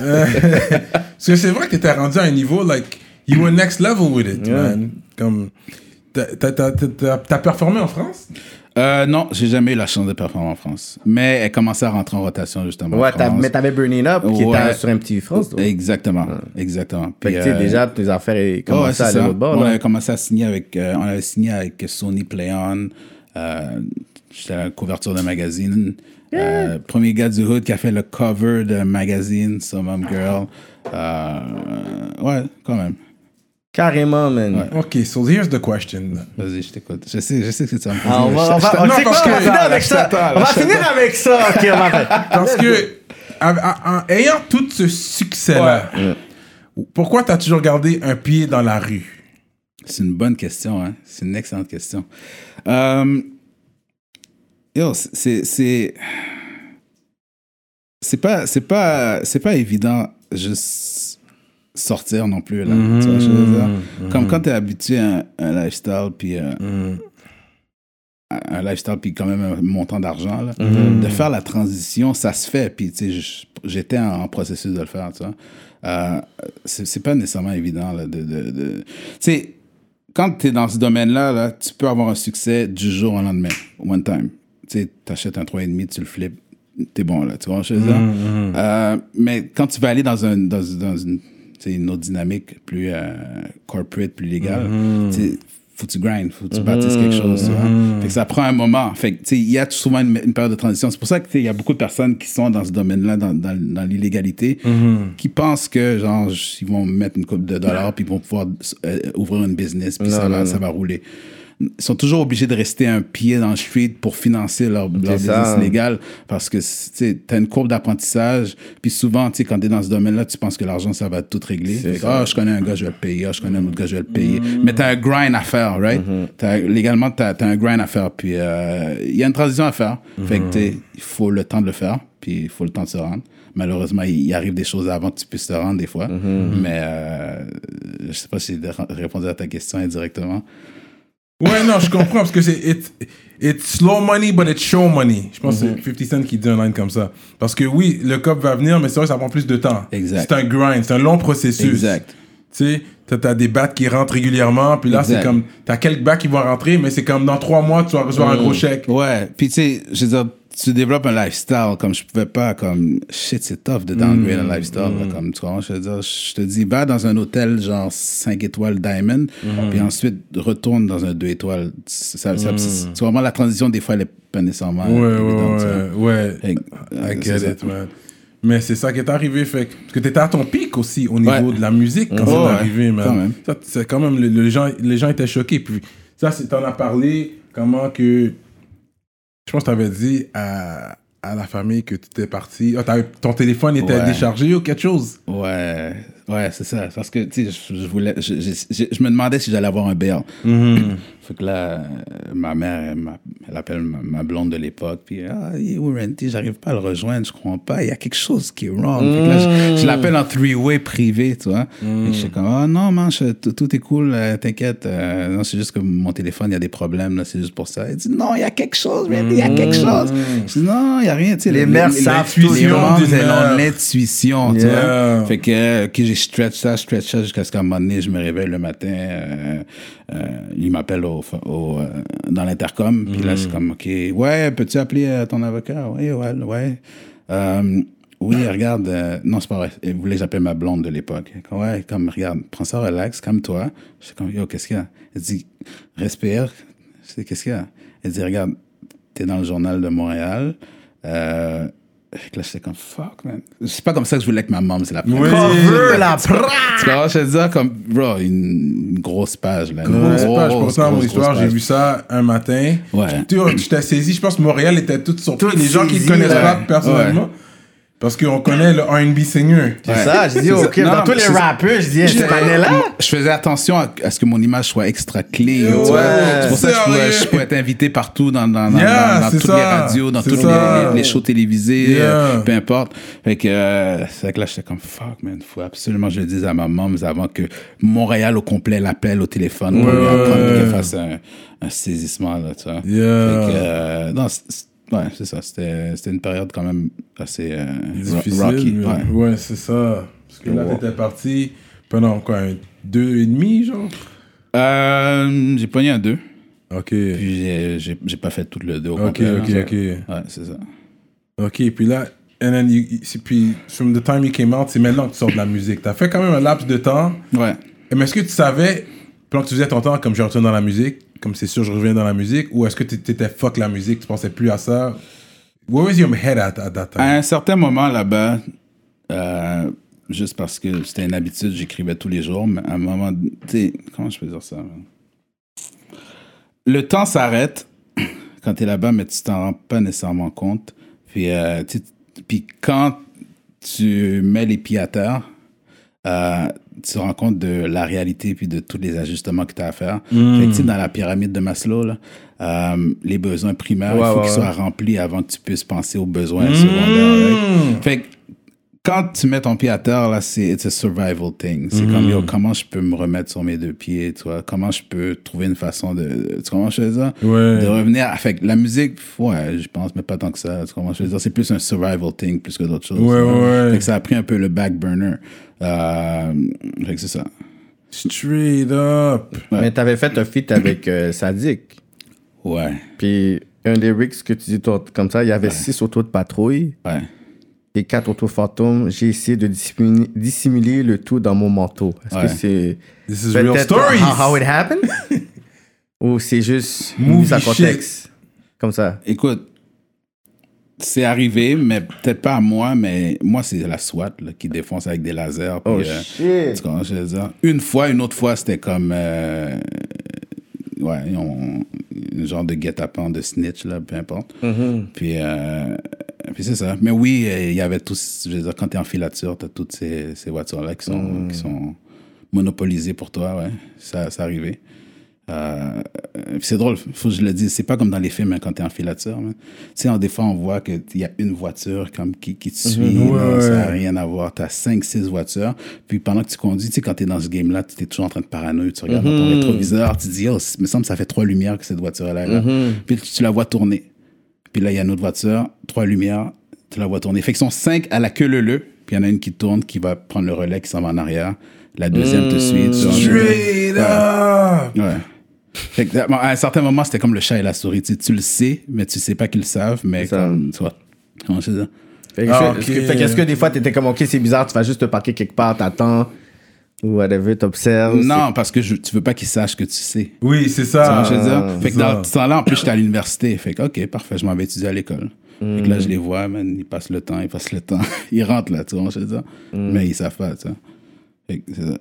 Parce que c'est vrai que t'étais rendu à un niveau, like, you were next level with it, Yeah. man. Comme, t'as, t'as, t'as, t'as, t'as performé en France? Euh, non, j'ai jamais eu la chance de performer en France. Mais elle commençait à rentrer en rotation, justement. Ouais, en t'as- France. mais t'avais Burning Up qui Ouais. était sur M T V France. toi. Exactement, exactement. Fait Puis, que, tu sais, euh, déjà, tes affaires ils oh, ouais, commençaient c'est à aller ça. au bord, On là. avait commencé à signer avec, euh, on avait signé avec Sony Play On. Euh, J'étais à la couverture d'un magazine. Euh, premier gars du hood qui a fait le cover d'un magazine, Some Mom Girl. Euh, ouais, quand même. Carrément, man. Ouais. Ok, so here's the question. Vas-y, je t'écoute. Je sais, je sais que c'est ça. Ah, on va, on va, je- on non, sait parce quoi, on va que- finir avec ça. On va finir avec ça. Ok, on va faire. Parce que en, en ayant tout ce succès-là, Ouais. pourquoi t'as toujours gardé un pied dans la rue? C'est une bonne question, hein. C'est une excellente question. Euh, yo, c'est c'est c'est pas c'est pas c'est pas évident juste sortir non plus là. Mm-hmm, Tu vois, je veux dire. mm-hmm. Comme quand t'es habitué à un, un lifestyle puis euh, Mm. un lifestyle puis quand même un montant d'argent là, Mm-hmm. de faire la transition, ça se fait. Puis tu sais, j'étais en, en processus de le faire, tu vois. Euh, c'est c'est pas nécessairement évident là, de, de, de... tu sais. Quand tu es dans ce domaine-là, là, tu peux avoir un succès du jour au lendemain, one time. Tu sais, t'achètes un trois virgule cinq, tu le flippes, t'es bon, là, tu vois, je veux dire. Mm-hmm. Euh, mais quand tu vas aller dans, un, dans, dans une, tu sais, une autre dynamique plus euh, corporate, plus légale, Mm-hmm. tu sais, faut que tu grind, faut que tu bâtisses quelque chose, tu vois. Fait que ça prend un moment. Fait que, tu sais, il y a souvent une, une période de transition. C'est pour ça que, tu sais, il y a beaucoup de personnes qui sont dans ce domaine-là, dans, dans, dans l'illégalité, Mm-hmm. qui pensent que, genre, ils vont mettre une coupe de dollars puis ils vont pouvoir euh, ouvrir une business puis ça, non, va, non. ça va rouler. Ils sont toujours obligés de rester un pied dans le street pour financer leur, leur business ça. légal parce que, tu sais, t'as une courbe d'apprentissage puis souvent, tu sais, quand t'es dans ce domaine-là, tu penses que l'argent, ça va tout régler. Fait que, ah, je connais un gars, je vais le payer. Ah, je connais un autre gars, je vais le payer. Mais t'as un grind à faire, right? T'as, légalement, t'as, t'as un grind à faire puis euh, il y a une transition à faire. Fait que, tu sais, il faut le temps de le faire puis il faut le temps de se rendre. Malheureusement, il, il arrive des choses avant que tu puisses te rendre des fois. Mais euh, je sais pas si j'ai répondu à ta question indirectement. Ouais, non, je comprends parce que c'est it's, it's slow money, but it's show money. Je pense que c'est fifty Cent qui dit un line comme ça. Parce que oui, le cop va venir, mais c'est vrai que ça prend plus de temps. Exact. C'est un grind, c'est un long processus. Exact. Tu sais, t'as, t'as des battes qui rentrent régulièrement, puis là, Exact. c'est comme, t'as quelques battes qui vont rentrer, mais c'est comme dans trois mois, tu vas recevoir un gros chèque. Ouais, puis tu sais, je veux dire, tu développes un lifestyle comme je pouvais pas, comme shit, c'est tough de downgrade un lifestyle. Là, comme tu comprends, je veux dire, je te dis, va dans un hôtel genre cinq étoiles Diamond, puis ensuite retourne dans un deux étoiles. Ça, ça, c'est, c'est vraiment la transition, des fois, elle est pas nécessairement. Ouais, ouais, évidente, tu ouais, vois. ouais. Fait que, I euh, get c'est it, ça. man. Mais c'est ça qui est arrivé, fait que- parce que t'étais à ton pic aussi au niveau Ouais. de la musique quand Ouais, c'est ouais, arrivé, man. quand même. Ça, c'est quand même, le- le- les gens, les gens étaient choqués. Puis ça, c'est, t'en as parlé, comment que, je pense que t'avais dit à, à la famille que tu étais parti, ah, t'avais- ton téléphone était Ouais. déchargé ou quelque chose. Ouais, ouais, c'est ça. Parce que, tu sais, je, je voulais, je, je, je, je me demandais si j'allais avoir un bail. Fait que là, euh, ma mère, elle, m'a- elle appelle ma, ma blonde de l'époque, puis ah, il est où Renty? J'arrive pas à le rejoindre, je crois pas. Il y a quelque chose qui est wrong. Fait que là, je, je l'appelle en three-way privé, tu vois. Et je suis comme, ah non, man, je- tout, tout est cool, euh, t'inquiète. Euh, non, c'est juste que mon téléphone, il y a des problèmes, là, c'est juste pour ça. Elle dit, non, il y a quelque chose, Renty, il y a quelque chose. Je dis, non, il y a rien, tu sais. Les mères savent l'intuition Les mamans, d'une elles mère. ont l'intuition, tu Yeah. vois. Fait que, euh, ok, j'ai stretch ça, stretch ça, jusqu'à ce qu'à un moment donné, je me réveille le matin, euh, euh, il m'appelle au, au, euh, dans l'intercom, puis là, je suis comme, ok, ouais, peux-tu appeler euh, ton avocat? Ouais, ouais, ouais. Euh, oui, regarde, euh, non, c'est pas vrai. Il voulait que j'appelle ma blonde de l'époque. Ouais, comme, regarde, prends ça relax, calme-toi. Je suis comme, yo, qu'est-ce qu'il y a? Elle dit, respire. Je dis, qu'est-ce qu'il y a? Elle dit, regarde, t'es dans le journal de Montréal. Euh, fait que là, j'étais comme, fuck, man. C'est pas comme ça que je voulais que ma maman se la prenne. Oui. Cover la pra! Tu comprends? Je te dis, comme, bro, une, une grosse page, là. Une Ouais, c'est pas, je grosse, pense à mon grosse, histoire, grosse j'ai page. vu ça un matin. Ouais. Tu tu t'es saisi, je pense que Montréal était tout surpris. Tout les gens qui ne saisi, connaissent là. pas personnellement. Parce qu'on connaît le R and B singer. C'est ça, je dis, C'est ok, ça. dans Non, tous les c'est- rappeurs, je dis, je connais là. Je faisais attention à, à ce que mon image soit extra clean. Ouais, tu vois. C'est pour ça que je pouvais, sérieux. je pouvais être invité partout dans, dans, dans, Yeah, dans, dans c'est toutes ça. les radios, dans C'est tous ça. les, les shows télévisés, Yeah. euh, peu importe. Fait que, euh, c'est que là, j'étais comme, fuck, man, faut absolument que je le dise à ma maman avant que Montréal au complet l'appelle au téléphone pour lui Ouais. apprendre qu'elle fasse un, un saisissement, là, tu vois. Yeah. Fait que, euh, non, c'est- c'est- ouais, c'est ça. C'était, c'était une période quand même assez euh, Difficile. rocky. mais- Ouais. Ouais, c'est ça. Parce que là, t'étais parti pendant quoi, un deux et demi, genre? Euh, j'ai pogné un deux. Ok. Puis j'ai, j'ai, j'ai pas fait tout le deux au Ok, complet. ok, là. ok. Ouais, c'est ça. Ok, puis là, and then you, you- c'est- puis, from the time you came out, c'est maintenant que tu sors de la musique. T'as fait quand même un laps de temps. Ouais. Mais est-ce que tu savais, pendant que tu faisais ton temps, comme je retourne dans la musique, comme c'est sûr, je reviens dans la musique, ou est-ce que tu étais fuck la musique, tu pensais plus à ça? Where was your head at, at that time? À un certain moment là-bas, euh, juste parce que c'était une habitude, j'écrivais tous les jours, mais à un moment, tu sais, comment je peux dire ça? man? Le temps s'arrête quand t'es là-bas, mais tu t'en rends pas nécessairement compte. Puis, euh, tu sais, puis quand tu mets les pieds à terre, euh, tu te rends compte de la réalité puis de tous les ajustements que tu as à faire. Mm. Fait que, tu sais, dans la pyramide de Maslow, là, euh, les besoins primaires, ouais, il faut ouais, qu'ils ouais. soient remplis avant que tu puisses penser aux besoins mm. secondaires. Right? Fait que quand tu mets ton pied à terre, là, c'est it's a survival thing. C'est mm. comme, yo, comment je peux me remettre sur mes deux pieds, tu vois? Comment je peux trouver une façon de... Tu comprends je fais ça? Ouais. De revenir... À, fait que la musique, ouais, je pense, mais pas tant que ça. Tu comprends je veux dire? C'est plus un survival thing plus que d'autres choses. Ouais, ouais, ouais. Fait que ça a pris un peu le back burner. Euh, fait que c'est ça. Straight up. Ouais. Mais t'avais fait un feat avec euh, Sadik. Ouais. Puis un des lyrics que tu dis comme ça, il y avait ouais. six autos de patrouille. Ouais. Et quatre autos fantômes. J'ai essayé de dissimuler, dissimuler le tout dans mon manteau. Est-ce ouais. que c'est... This is real stories. How, how it happened? Ou c'est juste mise en contexte? Shit. Comme ça. Écoute, c'est arrivé, mais peut-être pas à moi, mais moi, c'est la SWAT là, qui défonce avec des lasers. Oh, puis, shit! Euh, tu comprends, je veux dire? Une fois, une autre fois, c'était comme... Euh, ouais, ils ont un genre de guet-apens, de snitch, là, peu importe. Mm-hmm. Puis, euh, puis c'est ça. Mais oui, il y avait tous... Je veux dire, quand t'es en filature, t'as toutes ces, ces voitures-là qui sont, mm. qui sont monopolisées pour toi, ouais. Ça, ça arrivait. Euh, c'est drôle, faut que je le dise, c'est pas comme dans les films hein, quand t'es en filature. Tu sais, des fois, on voit qu'il y a une voiture comme, qui, qui te suit, mmh, ouais, là, ouais. ça n'a rien à voir. T'as cinq, six voitures, puis pendant que tu conduis, tu sais, quand t'es dans ce game-là, tu es toujours en train de paranoïer, tu regardes mmh. dans ton rétroviseur, tu te dis, oh, il me semble que ça fait trois lumières que cette voiture-là est là. Mmh. Puis tu, tu la vois tourner. Puis là, il y a une autre voiture, trois lumières, tu la vois tourner. Fait qu'ils sont cinq à la queue leu-leu, puis il y en a une qui tourne, qui va prendre le relais, qui s'en va en arrière. La deuxième mmh. te suit. Straight up! Ouais. Fait que, à un certain moment, c'était comme le chat et la souris. Tu, sais, tu le sais, mais tu sais pas qu'ils le savent. Mais comme, tu vois, comment je dis ça? Fait que, ah, okay. fait qu'est-ce que des fois, t'étais comme, OK, c'est bizarre, tu vas juste te parquer quelque part, t'attends, ou whatever, t'observes. Non, c'est... parce que je, tu veux pas qu'ils sachent que tu sais. Oui, c'est ça. Tu vois, je veux dire? Ah, fait que dans ce temps-là, en plus, j'étais à l'université. Fait que, OK, parfait, je m'en vais étudier à l'école. Mm. Fait que là, je les vois, man, ils passent le temps, ils passent le temps. Ils rentrent là, tu vois, je veux dire? Mm. Mais ils savent pas, tu vois. Fait que c'est ça.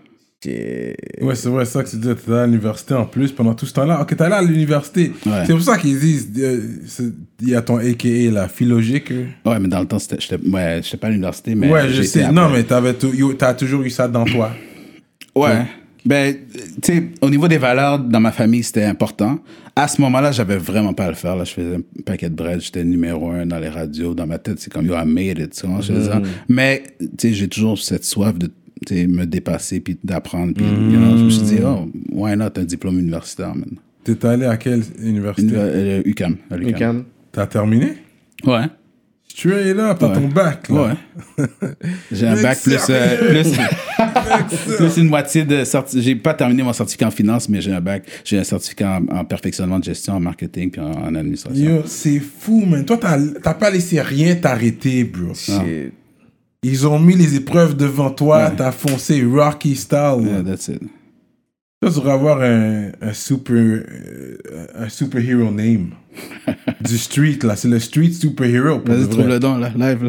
Ouais, c'est vrai, ça que tu disais, t'étais à l'université en plus pendant tout ce temps-là. Ok, t'es allé à l'université. Ouais. C'est pour ça qu'ils disent, il y a ton A K A, la Philogique. Ouais, mais dans le temps, j'étais, ouais, j'étais pas à l'université, mais. Ouais, je sais. Non, mais t'avais tout, t'as toujours eu ça dans toi. Ouais. ouais. Ben, tu sais, au niveau des valeurs, dans ma famille, c'était important. À ce moment-là, j'avais vraiment pas à le faire. Là, je faisais un paquet de bread, j'étais numéro un dans les radios. Dans ma tête, c'est comme, yo, I made it. Tu vois, je veux dire. Mais, tu sais, j'ai toujours cette soif de me dépasser puis d'apprendre. Puis, mm. you know, je me suis dit, oh, why not un diplôme universitaire, man? T'es allé à quelle université? Euh, U Q A M. À l'U Q A M. T'as terminé? Ouais. Tu es là, t'as ouais. ton bac, là. Ouais. J'ai un bac plus, euh, plus, plus une moitié de sortie. J'ai pas terminé mon certificat en finance, mais j'ai un bac. J'ai un certificat en, en perfectionnement de gestion, en marketing puis en, en administration. Yo, c'est fou, man. Toi, t'as, t'as pas laissé rien t'arrêter, bro. Shit. Ils ont mis les épreuves devant toi, ouais. t'as foncé Rocky style. Yeah, that's it. Toi, tu devrais avoir un, un super euh, un superhero name. Du street, là. C'est le street superhero. Vas-y, trouve le don, là, live,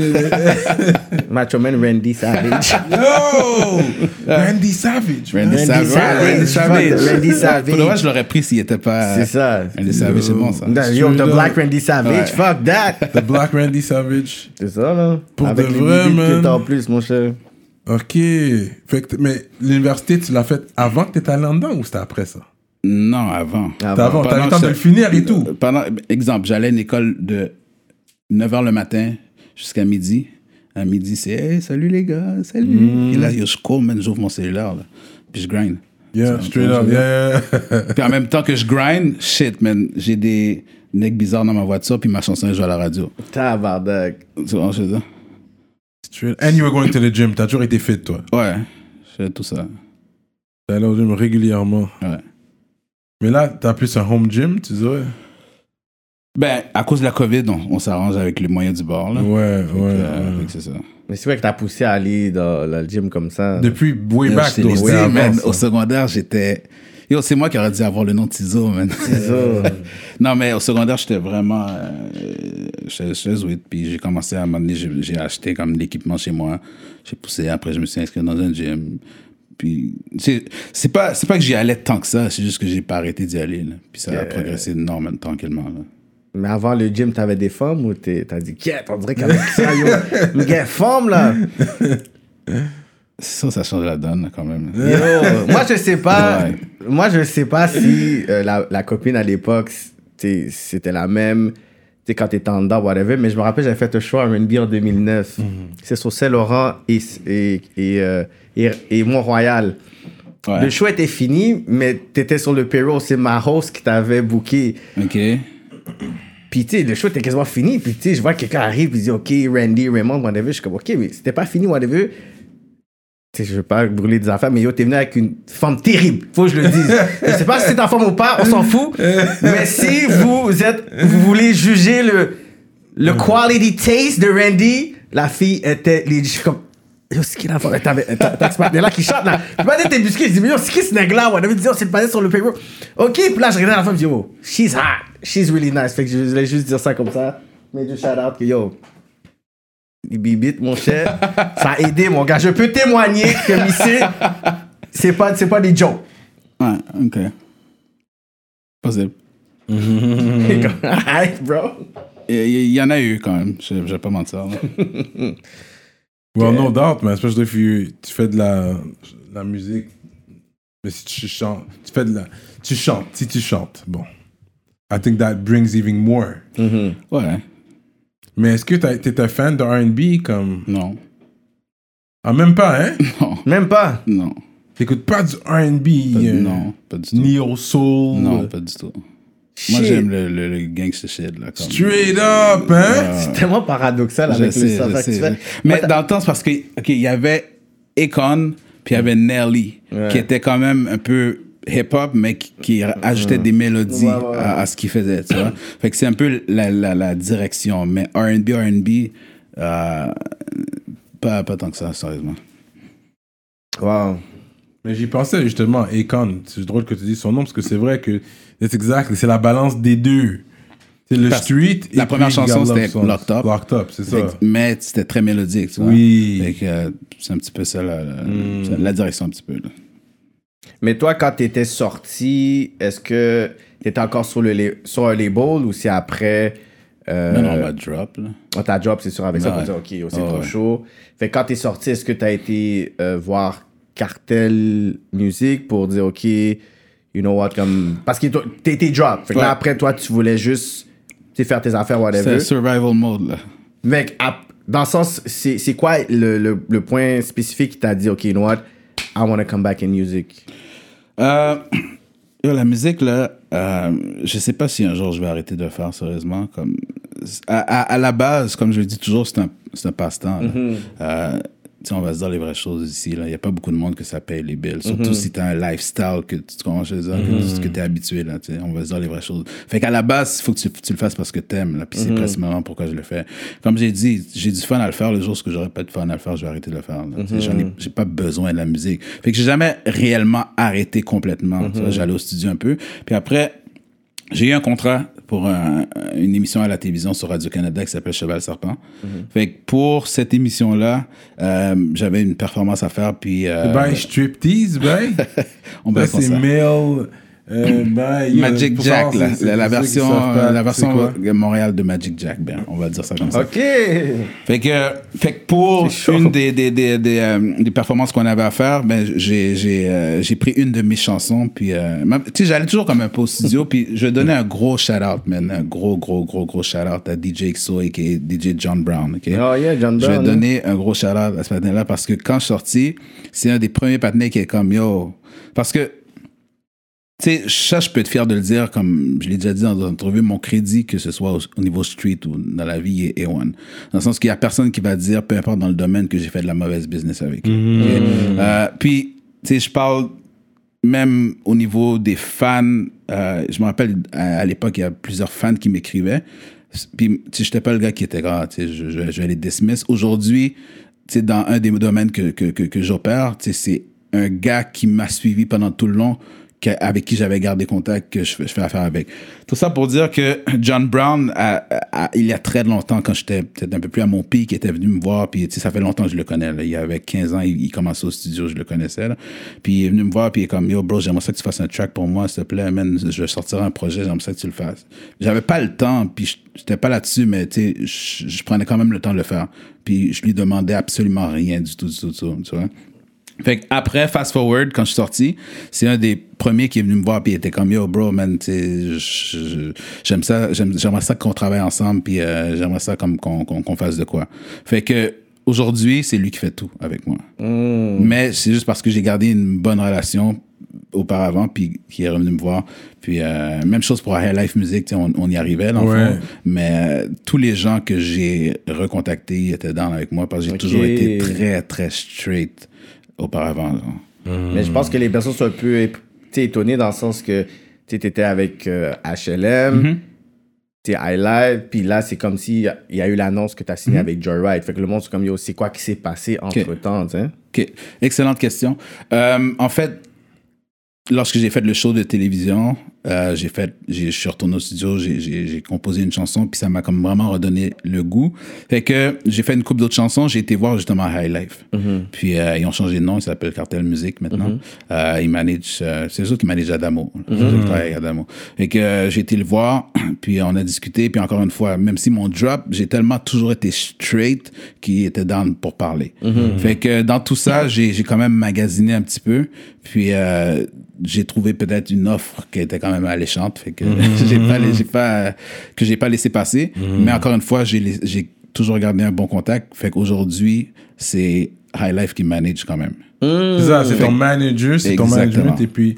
là. Macho Man Randy Savage. Yo! Randy Savage. Randy, Randy Savage. Savage. Randy Savage. Randy Savage. Pour le vrai, je l'aurais pris s'il était pas. C'est ça. Randy Savage, c'est bon, ça. Yo, the Black Randy Savage. Ouais. Fuck that. The Black Randy Savage. C'est ça, là. Pour avec de les vrai, man. que en plus, mon cher. Ok. Fait que, mais l'université, tu l'as faite avant que tu étais allé en dedans ou c'était après ça? Non, avant. Avant, avant. T'as eu le temps de le finir et tout. Pendant, exemple, j'allais à une école de neuf heures le matin jusqu'à midi. À midi, c'est « Hey, salut les gars, salut! Mm. » Et là, je cours, man, j'ouvre mon cellulaire, là, puis je grind. Yeah, straight up, yeah, yeah. Puis en même temps que je grind, shit, man, j'ai des necks bizarres dans ma voiture, puis ma chanson, elle joue à la radio. Tabarnak. Tu vois, je veux dire? Straight. And you were going to the gym. T'as toujours été fit, toi? Ouais, je fais tout ça. T'es allé au gym régulièrement? Ouais. Mais là, t'as plus un home gym, tu dirais? Ben, à cause de la COVID, on, on s'arrange avec les moyens du bord, là. Ouais, fait ouais, que, ouais. Euh, fait que c'est ça. Mais c'est vrai que t'as poussé à aller dans le gym comme ça. Depuis way Yo, back, oui, avant, man, ça. au secondaire, j'étais... Yo, c'est moi qui aurais dû avoir le nom de Tizo, man. Tizo. Non, mais au secondaire, j'étais vraiment... Euh, j'étais sweet, puis j'ai commencé à un moment donné, j'ai, j'ai acheté comme l'équipement chez moi. J'ai poussé, après je me suis inscrit dans un gym. Puis, c'est, c'est, pas, c'est pas que j'y allais tant que ça, c'est juste que j'ai pas arrêté d'y aller, là. Puis ça yeah. a progressé énormément, tranquillement, là. Mais avant le gym, t'avais des femmes ou t'es, t'as dit, quête, on dirait qu'avec ça, yo, une gars femme, là. Ça, ça change la donne, quand même. Yo, moi, je sais pas. Ouais. Moi, je sais pas si euh, la, la copine à l'époque, t'sais, c'était la même. Tu sais, quand t'étais en dedans, whatever. Mais je me rappelle, j'avais fait un show R and B en deux mille neuf. Mm-hmm. C'est sur Saint-Laurent et, et, et, euh, et, et Mont-Royal. Ouais. Le show était fini, mais t'étais sur le payroll. C'est ma host qui t'avait booké. OK. Puis, tu sais, le show était quasiment fini. Puis, tu sais, je vois quelqu'un arrive et dit, OK, Randy, Raymond, whatever. Je suis comme, OK, mais c'était pas fini, whatever. Tu sais, je veux pas brûler des affaires, mais yo, t'es venu avec une forme terrible. Faut que je le dise. Je sais pas si c'est en forme ou pas, on s'en fout. Mais si vous êtes, vous voulez juger le, le quality taste de Randy, la fille était, les, je suis comme, yo, c'est qui la femme? T'as, t'as ce partenaire là qui chante, là. Je pas dit t'es busqué, je dis, mais yo, c'est qui ce nègre là? On avait dit, oh, c'est le panel sur le paper. OK, puis là, je regardais la femme, je dis, yo, she's hot. She's really nice. Fait que je voulais juste dire ça comme ça. Mais du shout out que, yo, les bibites, mon cher, ça a aidé, mon gars. Je peux témoigner que ici, c'est pas, c'est pas des jokes. Ouais, OK. Possible. Alright, bro. Il y, y en a eu, quand même. Je, je vais pas mentir. Well, no doubt, man. Especially if you, tu fais de la, la musique. Mais si tu chantes, tu fais de la, tu chantes, si tu chantes, bon. I think that brings even more. Mm-hmm. Ouais. Mais est-ce que t'es un fan de R and B comme... Non. Ah, même pas, hein? Non. Même pas? Non. T'écoutes pas du R and B? Pas, euh, non, pas du tout. Neo Soul? Non, pas du tout. Shit. Moi, j'aime le, le, le gangster shit, là. Comme... Straight up, hein? Euh, c'est tellement paradoxal avec je le sais, stuff je que tu sais, fais. Mais dans le temps, c'est parce que, OK, il y avait Akon, puis il y avait Nelly, ouais. qui était quand même un peu hip-hop, mais qui, qui ajoutait mmh. des mélodies ouais, ouais. À, à ce qu'il faisait, tu vois. Fait que c'est un peu la, la, la direction. Mais R and B, R and B, euh, pas, pas tant que ça, sérieusement. Wow. Mais j'y pensais justement, Akon. C'est drôle que tu dises son nom, parce que c'est vrai que c'est exact, c'est la balance des deux. C'est le parce street. La et première chanson, c'était Locked Up. Locked Up, c'est ça. Que, mais c'était très mélodique, tu vois. Oui. Fait que, euh, c'est un petit peu ça, la, la, mm. la direction un petit peu, là. Mais toi, quand t'étais sorti, est-ce que t'étais encore sur, le, sur un label ou c'est après... Euh, non, non, on va drop, là. On t'a drop, c'est sûr, avec ouais. ça, pour dire, OK, oh, c'est oh, trop ouais. chaud. Fait que quand t'es sorti, est-ce que t'as été euh, voir Cartel Music pour dire, OK, you know what, comme... Parce que t'étais drop. Fait que ouais. là, après, toi, tu voulais juste faire tes affaires, whatever. C'est survival mode, là. Mec, dans le sens, c'est, c'est quoi le, le, le point spécifique qui t'a dit, OK, you know what, I want to come back in music? Euh, la musique, là, euh, je sais pas si un jour je vais arrêter de le faire, sérieusement. Comme, à, à, à la base, comme je le dis toujours, c'est un, c'est un passe-temps. Mm-hmm. Euh, on va se dire les vraies choses ici. Il n'y a pas beaucoup de monde que ça paye les bills. Surtout mm-hmm. si tu as un lifestyle que tu commences à dire, mm-hmm. que tu es habitué. Là, on va se dire les vraies choses. Fait qu'à la base, il faut que tu, tu le fasses parce que tu aimes. Puis c'est mm-hmm. précisément pourquoi je le fais. Comme j'ai dit, j'ai du fun à le faire. Le jour où j'aurais pas de fun à le faire, je vais arrêter de le faire. Mm-hmm. J'en ai, j'ai pas besoin de la musique. Fait que j'ai jamais réellement arrêté complètement. Mm-hmm. J'allais au studio un peu. Puis après, j'ai eu un contrat pour un, une émission à la télévision sur Radio-Canada qui s'appelle Cheval Serpent. Mm-hmm. Fait que pour cette émission-là, euh, j'avais une performance à faire, puis... Euh, ben, striptease, ben? On va c'est male... Euh, ben, Magic Jack, là, c'est, c'est la, la version, pas, la version Montréal de Magic Jack, ben, on va dire ça comme ça. OK! Fait que, fait que pour une des, des, des, des, euh, des performances qu'on avait à faire, ben, j'ai, j'ai, euh, j'ai pris une de mes chansons, puis, euh, tu sais, j'allais toujours comme un peu au studio, puis je donnais un gros shout-out, man, un gros, gros, gros, gros shout-out à D J X O et D J John Brown, OK? Oh yeah, John Brown. Je vais donner un gros shout-out à ce patin-là, parce que quand je suis sorti, c'est un des premiers patinets qui est comme, yo, parce que, tu sais, ça, je peux être fier de le dire, comme je l'ai déjà dit dans une entrevue, mon crédit, que ce soit au, au niveau street ou dans la vie, est A un. Dans le sens qu'il y a personne qui va dire, peu importe dans le domaine, que j'ai fait de la mauvaise business avec. Mm-hmm. Okay? Euh, puis, tu sais, je parle même au niveau des fans. Euh, je me rappelle, à, à l'époque, il y a plusieurs fans qui m'écrivaient. Puis, tu sais, j'étais pas le gars qui était grand, tu sais, je, je, je vais les dismiss. Aujourd'hui, tu sais, dans un des domaines que, que, que, que j'opère, tu sais, c'est un gars qui m'a suivi pendant tout le long, que, avec qui j'avais gardé contact, que je, je fais affaire avec. Tout ça pour dire que John Brown, a, a, il y a très longtemps, quand j'étais peut-être un peu plus à mon pic, il était venu me voir, puis ça fait longtemps que je le connais. Là. Il avait quinze ans, il, il commençait au studio, je le connaissais. Là. Puis il est venu me voir, puis il est comme, yo bro, j'aimerais ça que tu fasses un track pour moi, s'il te plaît, man, je vais sortir un projet, j'aimerais ça que tu le fasses. J'avais pas le temps, puis j'étais pas là-dessus, mais tu sais, je, je prenais quand même le temps de le faire. Puis je lui demandais absolument rien du tout, du tout, du tout, tu vois. Fait qu'après, fast forward, quand je suis sorti, c'est un des premiers qui est venu me voir, puis il était comme, yo, bro, man, tu sais, j'aime ça, j'aime, j'aimerais ça qu'on travaille ensemble, puis euh, j'aimerais ça comme qu'on, qu'on, qu'on fasse de quoi. Fait que, aujourd'hui, c'est lui qui fait tout avec moi. Mm. Mais c'est juste parce que j'ai gardé une bonne relation auparavant, puis qui est revenu me voir. Puis, euh, même chose pour High Life Music, on, on y arrivait, dans le ouais. fond. Mais euh, tous les gens que j'ai recontactés étaient dans avec moi, parce que j'ai okay. toujours été très, très straight auparavant. Mm. Mais je pense que les personnes sont un peu étonnées dans le sens que tu étais avec euh, H L M, mm-hmm. t'es High Life, puis là, c'est comme s'il y, y a eu l'annonce que tu as signé mm-hmm. avec Joyride. Fait que le monde, c'est comme, yo, c'est quoi qui s'est passé entre-temps, okay. OK. Excellente question. Euh, en fait, lorsque j'ai fait le show de télévision, euh, j'ai fait, j'ai, je suis retourné au studio, j'ai, j'ai, j'ai composé une chanson, puis ça m'a comme vraiment redonné le goût. Fait que j'ai fait une couple d'autres chansons, j'ai été voir justement High Life. Mm-hmm. Puis euh, ils ont changé de nom, ils s'appellent Cartel Music maintenant. Mm-hmm. Euh, ils managent, euh, c'est eux qui managent Adamo. Mm-hmm. Je travaille avec Adamo. Fait que euh, j'ai été le voir, puis on a discuté, puis encore une fois, même si mon drop, j'ai tellement toujours été straight qu'il était down pour parler. Mm-hmm. Fait que dans tout ça, j'ai, j'ai quand même magasiné un petit peu, puis euh, j'ai trouvé peut-être une offre qui était quand même alléchante, fait que mm-hmm. j'ai pas, j'ai pas, que j'ai pas laissé passer. Mm-hmm. Mais encore une fois, j'ai, j'ai toujours gardé un bon contact. Fait qu'aujourd'hui, c'est High Life qui manage quand même. Mm-hmm. C'est ça, c'est fait ton manager, c'est ton management, et puis...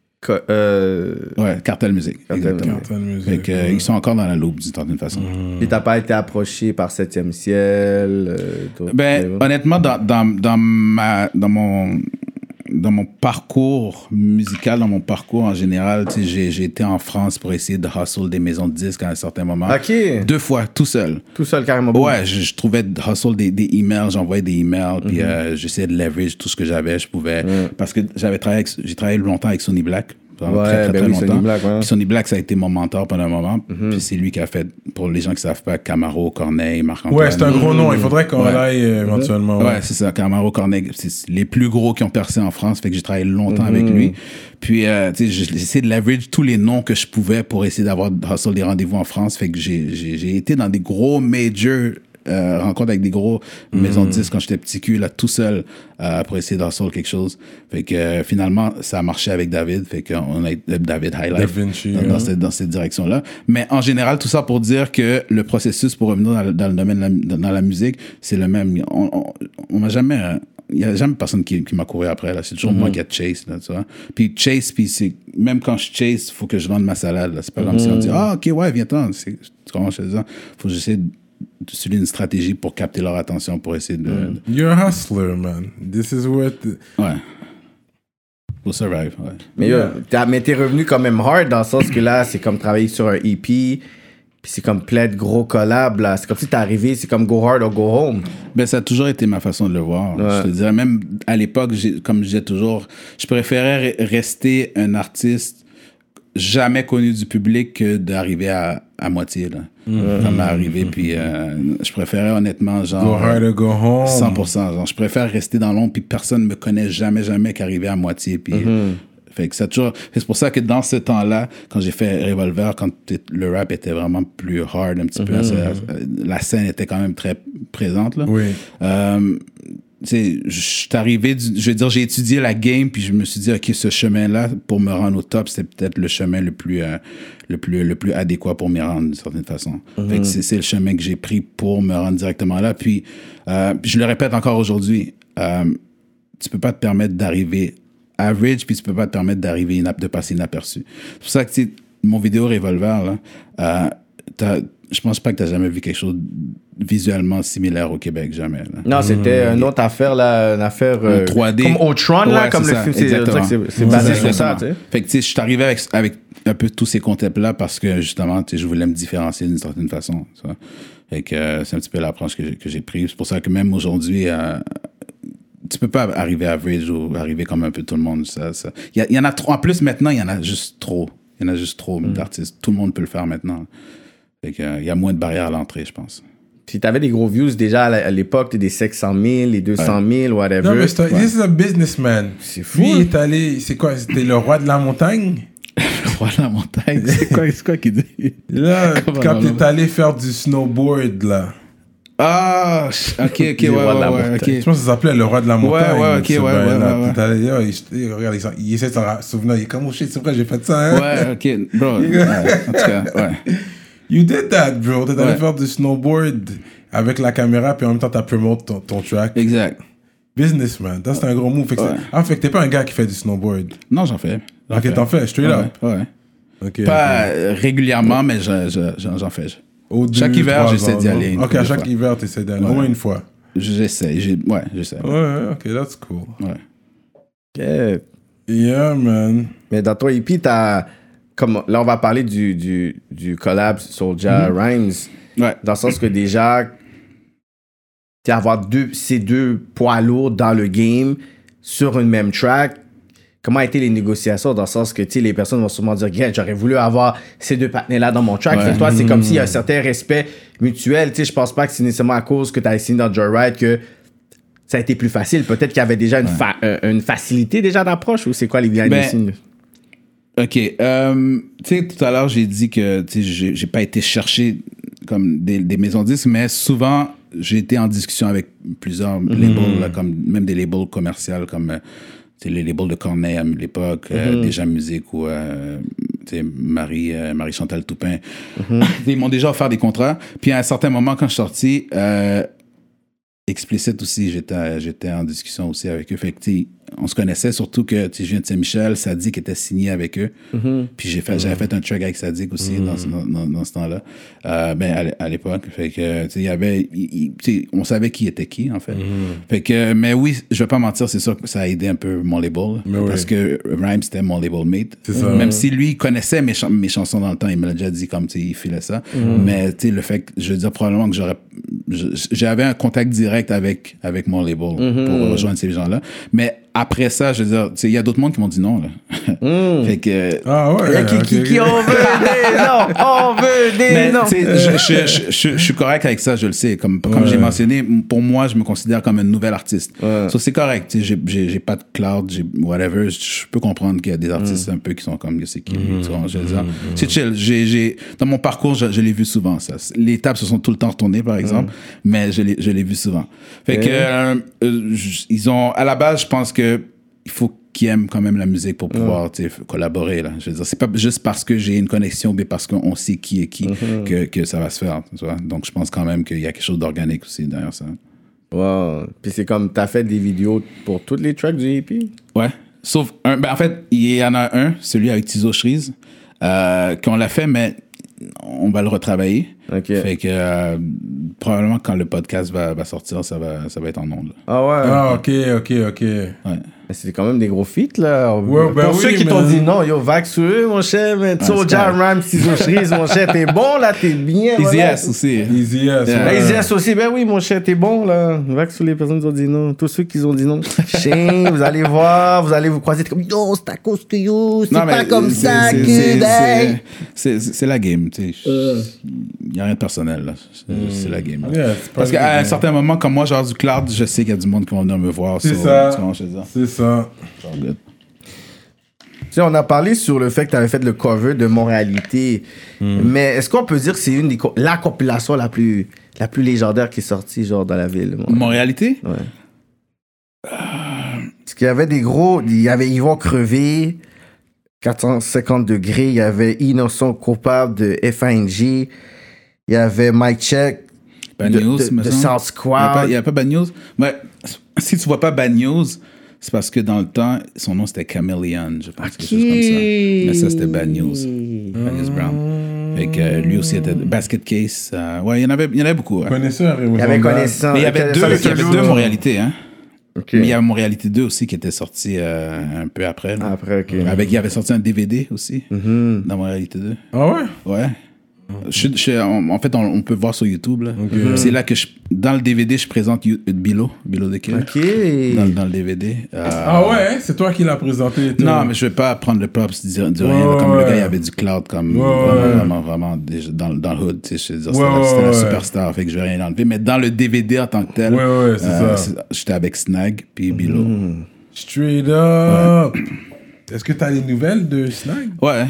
Euh... Ouais, Cartel Music. Cartel, Cartel Music. Fait que, euh, ils sont encore dans la loupe, d'une certaine façon. Mm. Et t'as pas été approché par septième ciel? Euh, ben, honnêtement, dans, dans, dans, ma, dans mon... dans mon parcours musical, dans mon parcours en général, tu sais, j'ai, j'ai été en France pour essayer de hustle des maisons de disques à un certain moment. OK. Deux fois, tout seul. Tout seul, carrément. Ouais, je, je trouvais de hustle des, des emails, j'envoyais des emails, mm-hmm. puis euh, j'essayais de leverage tout ce que j'avais, je pouvais. Mm. Parce que j'avais travaillé avec, j'ai travaillé longtemps avec Sonny Black. Ouais, très, très, ben très oui, longtemps. Sonny Black, ouais. Puis Sonny Black, ça a été mon mentor pendant un moment. Mm-hmm. Puis c'est lui qui a fait, pour les gens qui savent pas, Camaro, Corneille, Marc-Antoine. Ouais, c'est un gros nom. Il faudrait qu'on ouais. aille euh, éventuellement. Ouais. ouais, c'est ça. Camaro, Corneille, c'est les plus gros qui ont percé en France. Fait que j'ai travaillé longtemps mm-hmm. avec lui. Puis, euh, tu sais, j'ai essayé de leverage tous les noms que je pouvais pour essayer d'avoir hustle des rendez-vous en France. Fait que j'ai, j'ai, j'ai été dans des gros majors Euh, rencontre avec des gros mm. maisons de disques quand j'étais petit cul là tout seul euh, pour essayer d'en sortir quelque chose. Fait que euh, finalement ça a marché avec David, fait qu'on a été David High Life Vinci, dans, dans, cette, dans cette direction là. Mais en général tout ça pour dire que le processus pour revenir dans, dans le domaine de la, dans, dans la musique c'est le même. On, on, on m'a jamais il n'y a jamais personne qui, qui m'a couru après là. C'est toujours mm-hmm. moi qui a chase là, tu vois. Puis chase, puis c'est même quand je chase, il faut que je vende ma salade là. C'est pas mm-hmm. comme si on dit ah ok ouais viens-t'en. C'est comment je fais ça. Faut que j'essaie de d'utiliser une stratégie pour capter leur attention, pour essayer de... Mm. You're a hustler, man. This is what... The... Ouais. We'll survive, ouais. Mais, yeah. yo, t'as, mais t'es revenu quand même hard, dans le sens que là, c'est comme travailler sur un E P, puis c'est comme plein de gros collabs, là. C'est comme si t'es arrivé, c'est comme go hard or go home. Ben, ça a toujours été ma façon de le voir. Ouais. Je te dirais, même à l'époque, j'ai, comme je disais toujours, je préférais rester un artiste jamais connu du public que d'arriver à, à moitié, là. Mmh. Comme arriver, mmh. puis euh, je préférais honnêtement, genre... Go hard or go home. cent pour cent, genre, je préfère rester dans l'ombre, puis personne ne me connaît jamais, jamais qu'arriver à moitié, puis... Mmh. Fait que ça toujours... C'est pour ça que dans ce temps-là, quand j'ai fait Revolver, quand le rap était vraiment plus hard un petit mmh. peu, la, la scène était quand même très présente, là. Oui. Euh, tu sais, je suis arrivé, du, je veux dire, j'ai étudié la game, puis je me suis dit, OK, ce chemin-là, pour me rendre au top, c'est peut-être le chemin le plus, euh, le plus, le plus adéquat pour m'y rendre, d'une certaine façon. Mm-hmm. Fait que c'est, c'est le chemin que j'ai pris pour me rendre directement là. Puis, euh, puis je le répète encore aujourd'hui, euh, tu peux pas te permettre d'arriver average, puis tu peux pas te permettre d'arriver, de passer inaperçu. C'est pour ça que, tu sais, mon vidéo Revolver, là, euh, t'as, je pense pas que tu as jamais vu quelque chose visuellement similaire au Québec, jamais. Là. Non, c'était mmh. une autre affaire, là, une affaire... Euh, trois D. Comme Ultron, là, ouais, comme le film. Exactement. C'est, c'est basé sur ça, tu sais. Fait que, tu sais, je suis arrivé avec, avec un peu tous ces concepts-là parce que, justement, tu sais, je voulais me différencier d'une certaine façon, tu vois. Fait que euh, c'est un petit peu l'approche que j'ai, que j'ai prise. C'est pour ça que même aujourd'hui, euh, tu peux pas arriver average ou arriver comme un peu tout le monde. Ça, ça. Il, y a, il y en a trop. En plus, maintenant, il y en a juste trop. Il y en a juste trop mm. d'artistes. Tout le monde peut le faire maintenant. Fait que, euh, il y a moins de barrières à l'entrée, je pense. Si t'avais des gros views déjà à l'époque, des cinq cent mille, les deux cent mille, whatever. Non, mais c'est un, ouais. this is a businessman. C'est fou. Lui, il est allé, c'est quoi, c'était le roi de la montagne? Le roi de la montagne, c'est quoi, c'est quoi qu'il dit? Là, Comment quand non, t'es allé faire du snowboard, là. Ah, ok, ok, ouais, Le roi de ouais, la ouais, montagne. ok. Je pense que ça s'appelait le roi de la montagne. Ouais, ouais, ok, ce ouais, ouais, bail-là. ouais, ouais. T'es allé, yo, il, il- regarde, il, il essaie de s'en souvenir. Il est comme, oh shit, c'est vrai, j'ai fait ça, hein? Ouais, ok, bro. Ouais, en tout cas, ouais. You did that, bro. T'es allé Ouais. faire du snowboard avec la caméra, puis en même temps, t'as promote ton, ton track. Exact. Businessman. Ça, c'est un gros move. Fait que Ouais. c'est- Ah, fait que t'es pas un gars qui fait du snowboard. Non, j'en fais. J'en Ok, fais. t'en fais, straight Ouais, up. ouais. Ok, Pas ok. euh, régulièrement, mais je- je- j'en j'en fais. Au chaque deux, hiver, trois j'essaie ans, d'y non? aller une Ok, couple à de chaque fois. hiver, t'essaies d'aller. Ouais. Au moins une fois. J'essaie. j'ai- Ouais, j'essaie. Ouais, ouais, ok, that's cool. Ouais. Ok. Yeah, man. Mais dans ton E P, t'as. Comme, là, on va parler du, du, du collab Soulja Rhymes. Ouais. Dans le sens que déjà, tu avoir deux, ces deux poids lourds dans le game sur une même track. Comment a été les négociations dans le sens que, tu sais, les personnes vont sûrement dire, Regarde, j'aurais voulu avoir ces deux partenaires-là dans mon track. Ouais. Fait que toi, c'est comme s'il y a un certain respect mutuel. Tu sais, je pense pas que c'est nécessairement à cause que tu as signé dans Joyride que ça a été plus facile. Peut-être qu'il y avait déjà une, fa- euh, une facilité déjà d'approche ou c'est quoi les behind Ben, the scenes? OK. Euh, tu sais, tout à l'heure, j'ai dit que tu sais, j'ai j'ai pas été chercher comme des, des maisons de disques, mais souvent, j'ai été en discussion avec plusieurs labels, là, comme, même des labels commerciaux comme euh, tu sais, les labels de Corneille à l'époque, euh, Déjà Musique ou euh, tu sais, Marie, euh, Marie-Chantal Toupin. Ils m'ont déjà offert des contrats. Puis à un certain moment, quand je suis sorti, euh, Explicit aussi, j'étais j'étais en discussion aussi avec eux. Fait que, tu sais, on se connaissait, surtout que tu sais, je viens de Saint-Michel, Sadik était signé avec eux. Mm-hmm. Puis j'ai fait, j'avais fait un track avec Sadik aussi dans, ce- dans, dans, dans ce temps-là, euh, ben, à l'é- à l'époque. Fait que, tu sais, il y avait, il- il- tu sais, on savait qui était qui, en fait. Fait que, mais oui, je vais pas mentir, c'est sûr que ça a aidé un peu mon label. Mais oui. Parce que Rhymes, c'était mon label mate. C'est ça. Même si lui, il connaissait mes, chan- mes chansons dans le temps, il me l'a déjà dit comme, tu sais, il filait ça. Mais, tu sais, le fait que, je veux dire, probablement que j'aurais, je- j'avais un contact direct avec, avec mon label pour rejoindre ces gens-là. Mais après ça, je veux dire, tu sais, il y a d'autres mondes qui m'ont dit non, là. Fait que, Ah ouais. Il y a qui, ok, qui, ok. qui on veut des noms, on veut des mais noms. tu sais, je, je, je, je, je suis correct avec ça, je le sais. Comme, comme Ouais. j'ai mentionné, pour moi, je me considère comme un nouvel artiste. Ouais. So, c'est correct. Tu sais, j'ai, j'ai, j'ai pas de cloud, j'ai whatever. Je, je peux comprendre qu'il y a des artistes un peu qui sont comme, c'est qui, tu vois, je veux dire. C'est chill. J'ai, j'ai, dans mon parcours, je, je l'ai vu souvent, ça. Les tables se sont tout le temps retournées, par exemple, mais je l'ai, je l'ai vu souvent. Fait Ouais. que, euh, euh, j- ils ont, à la base, je pense que il faut qu'ils aiment quand même la musique pour pouvoir tu sais, collaborer. Là. Je veux dire, c'est pas juste parce que j'ai une connexion, mais parce qu'on sait qui est qui que, que ça va se faire. Tu vois? Donc, je pense quand même qu'il y a quelque chose d'organique aussi derrière ça. Wow. Puis c'est comme, t'as fait des vidéos pour toutes les tracks du E P? Ouais. Sauf, un, ben en fait, il y en a un, celui avec Tizo Shreeze, euh, qu'on l'a fait, mais on va le retravailler. Ok. Fait que euh, probablement quand le podcast va, va sortir, ça va, ça va être en ondes. Ah ouais? Ah, ok, ok, ok. Ouais. Mais c'est quand même des gros feats, là. Ouais, ben pour oui, ceux qui mais- t'ont dit non, yo, vague sur eux, mon cher, mais Soulja, correct. Rhymes, Tizo Shreeze, mon cher, t'es bon, là, t'es bien. Easy voilà. S aussi. Easy as. Yeah. Ben, ouais. Easy S aussi, ben oui, mon cher, t'es bon, là. Vague sur les personnes qui ont dit non. Tous ceux qui ont dit non. Shane, vous allez voir, vous allez vous croiser, t'es comme, yo, c'est à cause que yo, c'est Non, mais pas comme c'est- ça c'est- que, c'est- ben. c'est- c'est c'est la game, tu sais. Il n'y a rien de personnel, là. C'est c'est la game. Yeah, c'est pas Parce qu'à un bien. certain moment, comme moi, genre du cloud, je sais qu'il y a du monde qui va venir me voir. C'est sur- ça. tu vois, je veux dire. C'est ça. Genre, good. Tu sais, on a parlé sur le fait que tu avais fait le cover de Montréalité. Mais est-ce qu'on peut dire que c'est une des co- la compilation la plus, la plus légendaire qui est sortie, genre, dans la ville? Montréal? Montréalité? Ouais. Parce qu'il y avait des gros... Il y avait Yvon Crevé, quatre cent cinquante degrés. Il y avait Innocent Coupable de F A N G. Il y avait Mike Check Bad de, News, de, me de semble. South Il Squad. n'y a, pas Bad News. Mais si tu vois pas Bad News, c'est parce que dans le temps, son nom c'était Chameleon, je pense, quelque chose comme ça. Mais ça, c'était Bad News. Bad News Brown. Fait que euh, lui aussi était Basket Case. euh, ouais, il y en avait, il y en avait beaucoup. ouais. Connaisseur, Il y avait Connaissant. Mais il y avait deux, il y avait deux Montréalités, hein. Ok. Mais il y avait Montréalité deux aussi qui était sorti euh, un peu après. là. Après, ok. Avec, il y avait sorti un D V D aussi Mhm. dans Montréalité deux. Ah ouais? Ouais. Je, je- en, en fait, on, on peut voir sur YouTube. Là. Ok. Puis c'est là que je, dans le D V D, je présente You- Bilo, Bilo de Kid. Ok. Dans, dans le D V D. Euh, Ah ouais, c'est toi qui l'as présenté. toi. Non, mais je vais pas prendre le props du, du Ouais, rien. là, comme ouais. le gars, il avait du cloud comme Ouais, vraiment, ouais. vraiment, vraiment déjà dans, dans le hood. Tu sais, je veux dire, c'était Ouais, la, c'était ouais, la ouais. superstar, fait que je vais rien enlever. Mais dans le D V D en tant que tel, Ouais, ouais, c'est ça. c'est- j'étais avec Snag puis Bilo. Straight up. Est-ce que t'as les nouvelles de Snag? Ouais.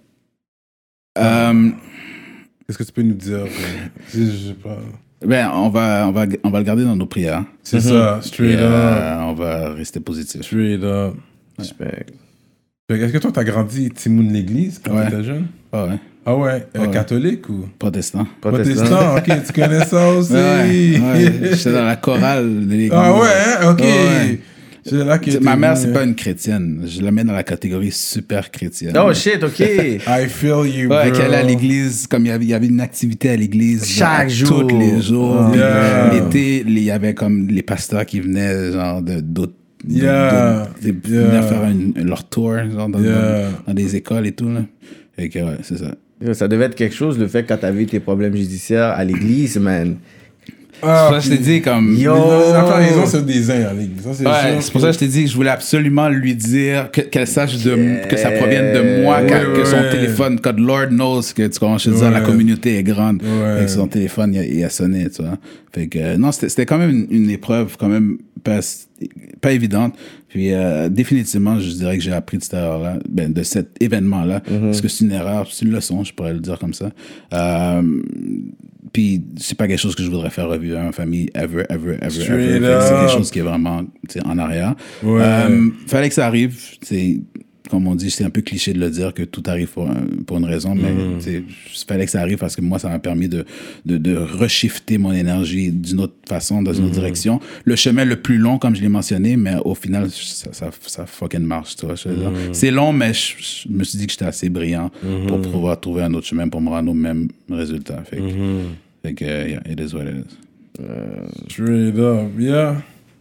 Euh, Qu'est-ce que tu peux nous dire? euh, Je je sais pas. ben, on va, on va, on va le garder dans nos prières. C'est ça, Et, straight up. euh, on va rester positif. Straight up. Respect. Fait que Est-ce que toi, t'as grandi Timoun l'église quand Ouais. t'étais jeune? Ah ouais. Ah ouais, euh, Ouais. catholique ou? Protestant. Protestant, ok, tu connais ça aussi. Ouais, ouais. J'étais dans la chorale de l'église. Ah ouais, hein? ok. Ouais. C'est là que T'sais, t'es ma mère, venu, c'est pas hein. une chrétienne. Je la mets dans la catégorie super chrétienne. Oh shit, ok. I feel you, Ouais, bro. qu'elle allait à l'église, comme il y avait, il y avait une activité à l'église. Chaque genre, jour. Tous les jours. Puis Yeah. L'été, il y avait comme les pasteurs qui venaient, genre, de- d'autres. Yeah. d'autres- Ils Yeah. venaient faire une- leur tour, genre, dans, Yeah. dans, dans des écoles et tout, là. Fait que, ouais, c'est ça. Ça devait être quelque chose, le fait que quand t'avais eu tes problèmes judiciaires à l'église, man. Ah, c'est pour ça que je t'ai dit, comme. Yo. Les appareils sur des uns en ligne. Ça, c'est Ouais, sûr c'est pour ça que je t'ai dit que je voulais absolument lui dire que- qu'elle sache de, que ça provienne de moi, Ouais, que, que son ouais. téléphone, que Lord knows que tu commences à dire, Ouais. la communauté est grande, Ouais. et que son téléphone il a, il a sonné, tu vois. Fait que euh, non, c'était c'était quand même une, une épreuve quand même pas, pas évidente. Puis euh, définitivement, je dirais que j'ai appris de cette erreur-là, ben, de cet événement-là, parce que c'est une erreur, c'est une leçon, je pourrais le dire comme ça. Euh, puis c'est pas quelque chose que je voudrais faire revivre à ma famille ever, ever, ever, Straight ever. Fait que c'est up. quelque chose qui est vraiment tu sais, en arrière. Ouais. Euh, fallait que ça arrive. C'est comme on dit, c'est un peu cliché de le dire que tout arrive pour, un- pour une raison, mais Mm. tu sais, il fallait que ça arrive parce que moi, ça m'a permis de, de, de reshifter mon énergie d'une autre façon, dans une Mm. autre direction. Le chemin le plus long, comme je l'ai mentionné, mais au final, ça, ça, ça fucking marche. Tu vois, je veux dire. Mm. C'est long, mais je, je me suis dit que j'étais assez brillant Mm-hmm. pour pouvoir trouver un autre chemin pour me rendre au même résultat. Fait que, Mm-hmm. fait que yeah, it is what it is. Straight up, yeah.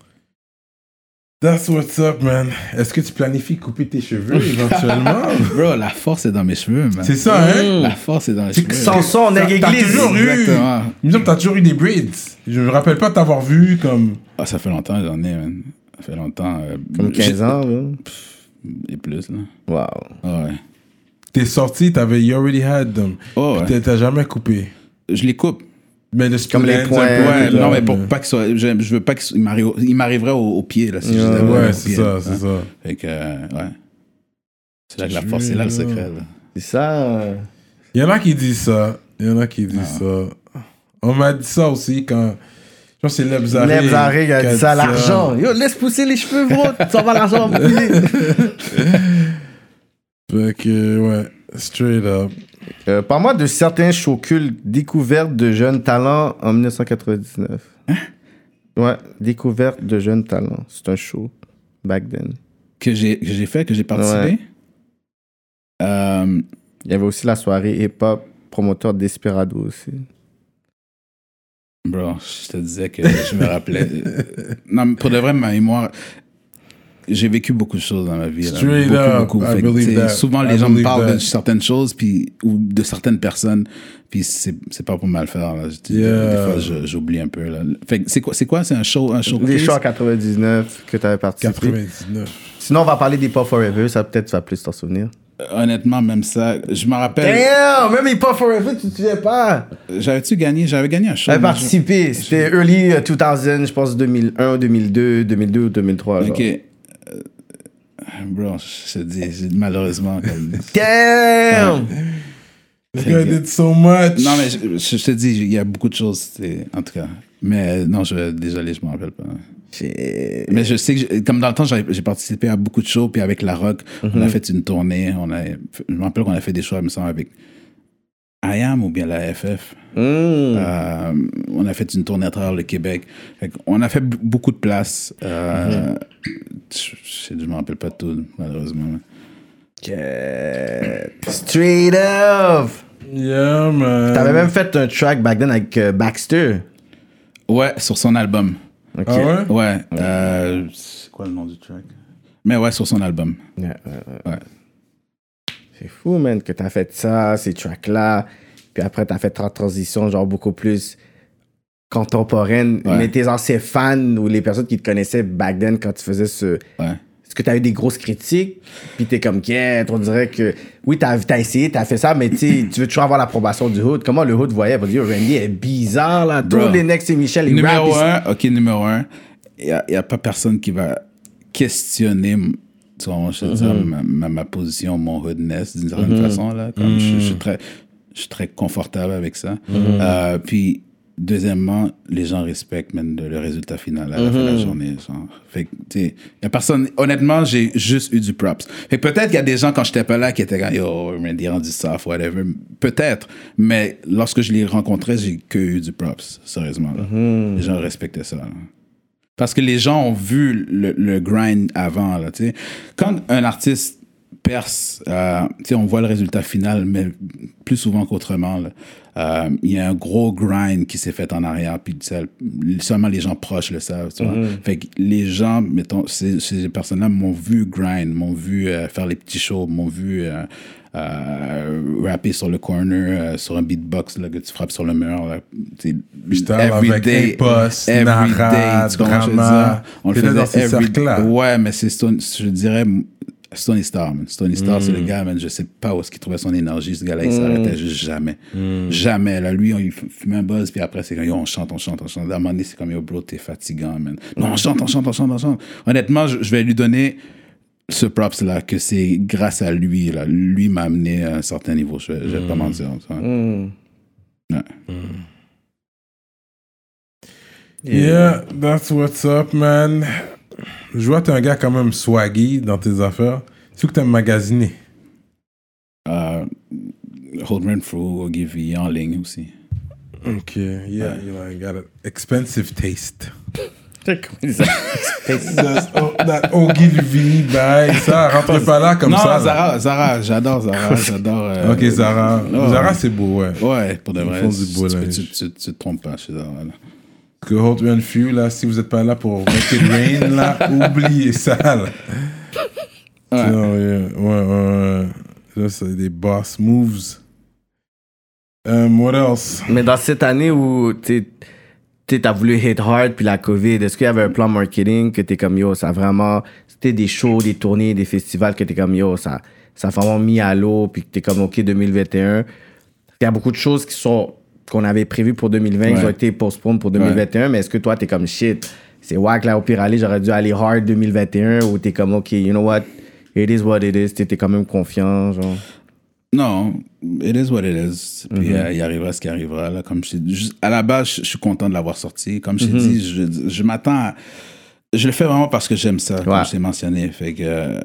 That's what's up, man. Est-ce que tu planifies couper tes cheveux éventuellement? Bro, la force est dans mes cheveux, man. C'est ça, hein? La force est dans les C'est cheveux. que Samson, T'as- nègre T'as église. toujours eu. Exactement. Il me semble que t'as toujours eu des braids. Je me rappelle pas t'avoir vu comme. Ah, ça fait longtemps que j'en ai, man. Ça fait longtemps. euh, Comme j'ai- quinze ans, là. Et plus, là. Wow. Ah ouais. T'es sorti, t'avais You Already Had Them. Oh, Puis ouais. t'as- T'as jamais coupé. Je les coupe. Mais le Comme les split ends points, un peu, Ouais, là, non, mais pour mais- pas qu'il soit. Je, je veux pas qu'il m'arrive, il m'arriverait au, au pied, là, si je Ouais, disais Ouais, au c'est pied, ça, là. c'est ça. Fait que, euh, ouais. C'est là que la force, c'est là le secret, là. C'est ça. Il y en a qui disent ça. Il y en a qui disent ça. On m'a dit ça aussi quand. Je pense que c'est Lebzaré. Lebzaré a qui dit ça, l'argent. Yo, laisse pousser les cheveux, bro. Ça va, l'argent va brûler. Fait que, ouais, straight up. Euh, Parle-moi de certains shows cultes découvertes de jeunes talents en dix-neuf cent quatre-vingt-dix-neuf. Hein? Ouais, découverte de jeunes talents. C'est un show. Back then. Que j'ai, que j'ai fait, que j'ai participé. Ouais. Euh, Il y avait aussi la soirée hip-hop, promoteur Desperado aussi. Bro, je te disais que je me rappelais. non, mais pour de vrai, ma mémoire. J'ai vécu beaucoup de choses dans ma vie. Là. Straight beaucoup, up, beaucoup. I Fait que, believe tu sais, that. souvent, I les gens me believe parlent that. de certaines choses puis, ou de certaines personnes, puis c'est, c'est pas pour mal faire. Là. Je- Yeah. Des fois, je- j'oublie un peu. Là. Fait que c'est quoi, c'est quoi? C'est un show, un show Les shows en quatre-vingt-dix-neuf que tu avais participé. quatre-vingt-dix-neuf. Sinon, on va parler des Pop Forever. Ça, peut-être, tu vas plus t'en souvenir. Honnêtement, même ça, je me rappelle. Damn! Même les Pop Forever, tu te souviens pas? J'avais-tu gagné? J'avais gagné un show. J'avais mais je- participé. C'était early euh, deux mille, je pense deux mille un, deux mille deux, deux mille deux ou deux mille trois. Ok. genre. Euh, Bro, je te dis, j'ai- malheureusement. Comme... Damn! This guy did so much. Non, mais je, je- je te dis, il y a beaucoup de choses, c'est- en tout cas. Mais non, je, désolé, je me rappelle pas. Shit. Mais je sais que, j'ai- comme dans le temps, j'ai j'ai participé à beaucoup de shows, puis avec La Rock, on a fait une tournée. On a, je me rappelle qu'on a fait des shows, il me semble, avec I A M ou bien la F F. Mm. Euh, on a fait une tournée à travers le Québec. Fait on a fait b- beaucoup de places. Euh, je, je me rappelle pas de tout, malheureusement. Que- Straight up! Yeah, man. T'avais même fait un track back then avec euh, Baxter. Ouais, sur son album. Ok. Ah ouais? Ouais. Euh, c'est quoi le nom du track? Mais ouais, sur son album. Ouais, ouais, ouais. Ouais. C'est fou, man, que t'as fait ça, ces tracks-là. Puis après, t'as fait ta transition, genre beaucoup plus contemporaine, Ouais. mais tes anciens fans ou les personnes qui te connaissaient back then quand tu faisais ce... Ouais. Est-ce que tu as eu des grosses critiques? Puis t'es comme, quête, on dirait que... Oui, t'as as essayé, t'as fait ça, mais tu veux toujours avoir l'approbation du hood. Comment le hood voyait? Pour dire, Randy est bizarre, là. Tous Bro. les Next et Michel, ils Numéro rappent, un, ok, numéro un, il n'y a, y a pas personne qui va questionner tu vois, je veux dire, Mm-hmm. ma, ma, ma position, mon hoodness, d'une certaine façon. Là, comme je, je suis très, je suis très confortable avec ça. Mm-hmm. Euh, puis, deuxièmement, les gens respectent même le, le résultat final à la fin de la journée. Genre. Fait que, tu sais, y a personne... Honnêtement, j'ai juste eu du props. Fait que peut-être qu'il y a des gens, quand j'étais pas là, qui étaient comme « Yo, Randy rendu soft, whatever. » Peut-être. Mais lorsque je les rencontrais, j'ai que eu du props, sérieusement. Là. Les gens respectaient ça. Là. Parce que les gens ont vu le, le grind avant. Là, tu sais. Quand un artiste perce, euh, tu sais, on voit le résultat final, mais plus souvent qu'autrement. Là. Euh, il y a un gros grind qui s'est fait en arrière, puis ça, seulement les gens proches le savent. Tu vois? Mm-hmm. Fait que les gens, mettons, ces, ces personnes-là m'ont vu grind, m'ont vu euh, faire les petits shows, m'ont vu euh, euh, rapper sur le corner, euh, sur un beatbox là, que tu frappes sur le mur. Là. Freestyle avec Impost, every Nara, day, tu comprends ce que je veux Drama. dire? On le T'étais faisait dans ces every- cercles-là. Ouais, mais c'est Stone, je dirais Stony Star, man. Stony Star, c'est le gars, man. Je sais pas où est-ce qu'il trouvait son énergie. Ce gars-là, il s'arrêtait juste jamais. Jamais. Là, lui, on, il fumait un buzz, puis après, c'est comme, yo, on chante, on chante, on chante. À un moment donné, c'est comme, yo, bro, t'es fatigant, man. Non, on chante, on chante, on chante, on chante. Honnêtement, je, je vais lui donner ce props-là, que c'est grâce à lui, là. Lui m'a amené à un certain niveau. Je, je vais pas mentir. Ça. Mm. Ouais. Yeah, that's what's up, man. Je vois que t'es un gars quand même swaggy dans tes affaires. C'est que t'aimes magasiner. Euh, Hold Rent Through, Ogilvy, en ligne aussi. Ok, yeah, you know, you got an expensive taste. That, oh, that Ogilvy, bye. Ça, rentre pas là comme non, ça. là. Zara, Zara, j'adore Zara, j'adore. euh, Ok, Zara. Oh, Zara, ouais. c'est beau, ouais. Ouais, pour de Ils vrai. font du beau tu, linge. tu, tu, tu, tu te trompes pas chez Zara. Là. Parce que Hot Run Few, là, si vous êtes pas là pour Make It Rain, là, oubliez ça, là. Ouais. Non, yeah. Ouais, ouais, ouais. Là, c'est des boss moves. Um, what else? Mais dans cette année où tu as voulu hit hard puis la COVID, est-ce qu'il y avait un plan marketing que t'es comme yo, ça a vraiment. C'était des shows, des tournées, des festivals que t'es comme yo, ça, ça a vraiment mis à l'eau puis que t'es comme ok deux mille vingt et un. Il y a beaucoup de choses qui sont qu'on avait prévues pour deux mille vingt Ouais. Mm-hmm. qui ont été postponed pour deux mille vingt et un, mais est-ce que toi t'es comme shit, c'est wack là au pire aller, j'aurais dû aller hard deux mille vingt et un ou t'es comme ok, you know what, it is what it is, t'es t'es quand même confiant, genre. Non, it is what it is. Puis Mhm. euh, il arrivera ce qui arrivera. Là. Comme je t'ai dit, juste- à la base, je, je suis content de l'avoir sorti. Comme je t'ai Mhm. dit, je, je m'attends à... Je le fais vraiment parce que j'aime ça, Ouais. comme je t'ai mentionné. Fait que euh,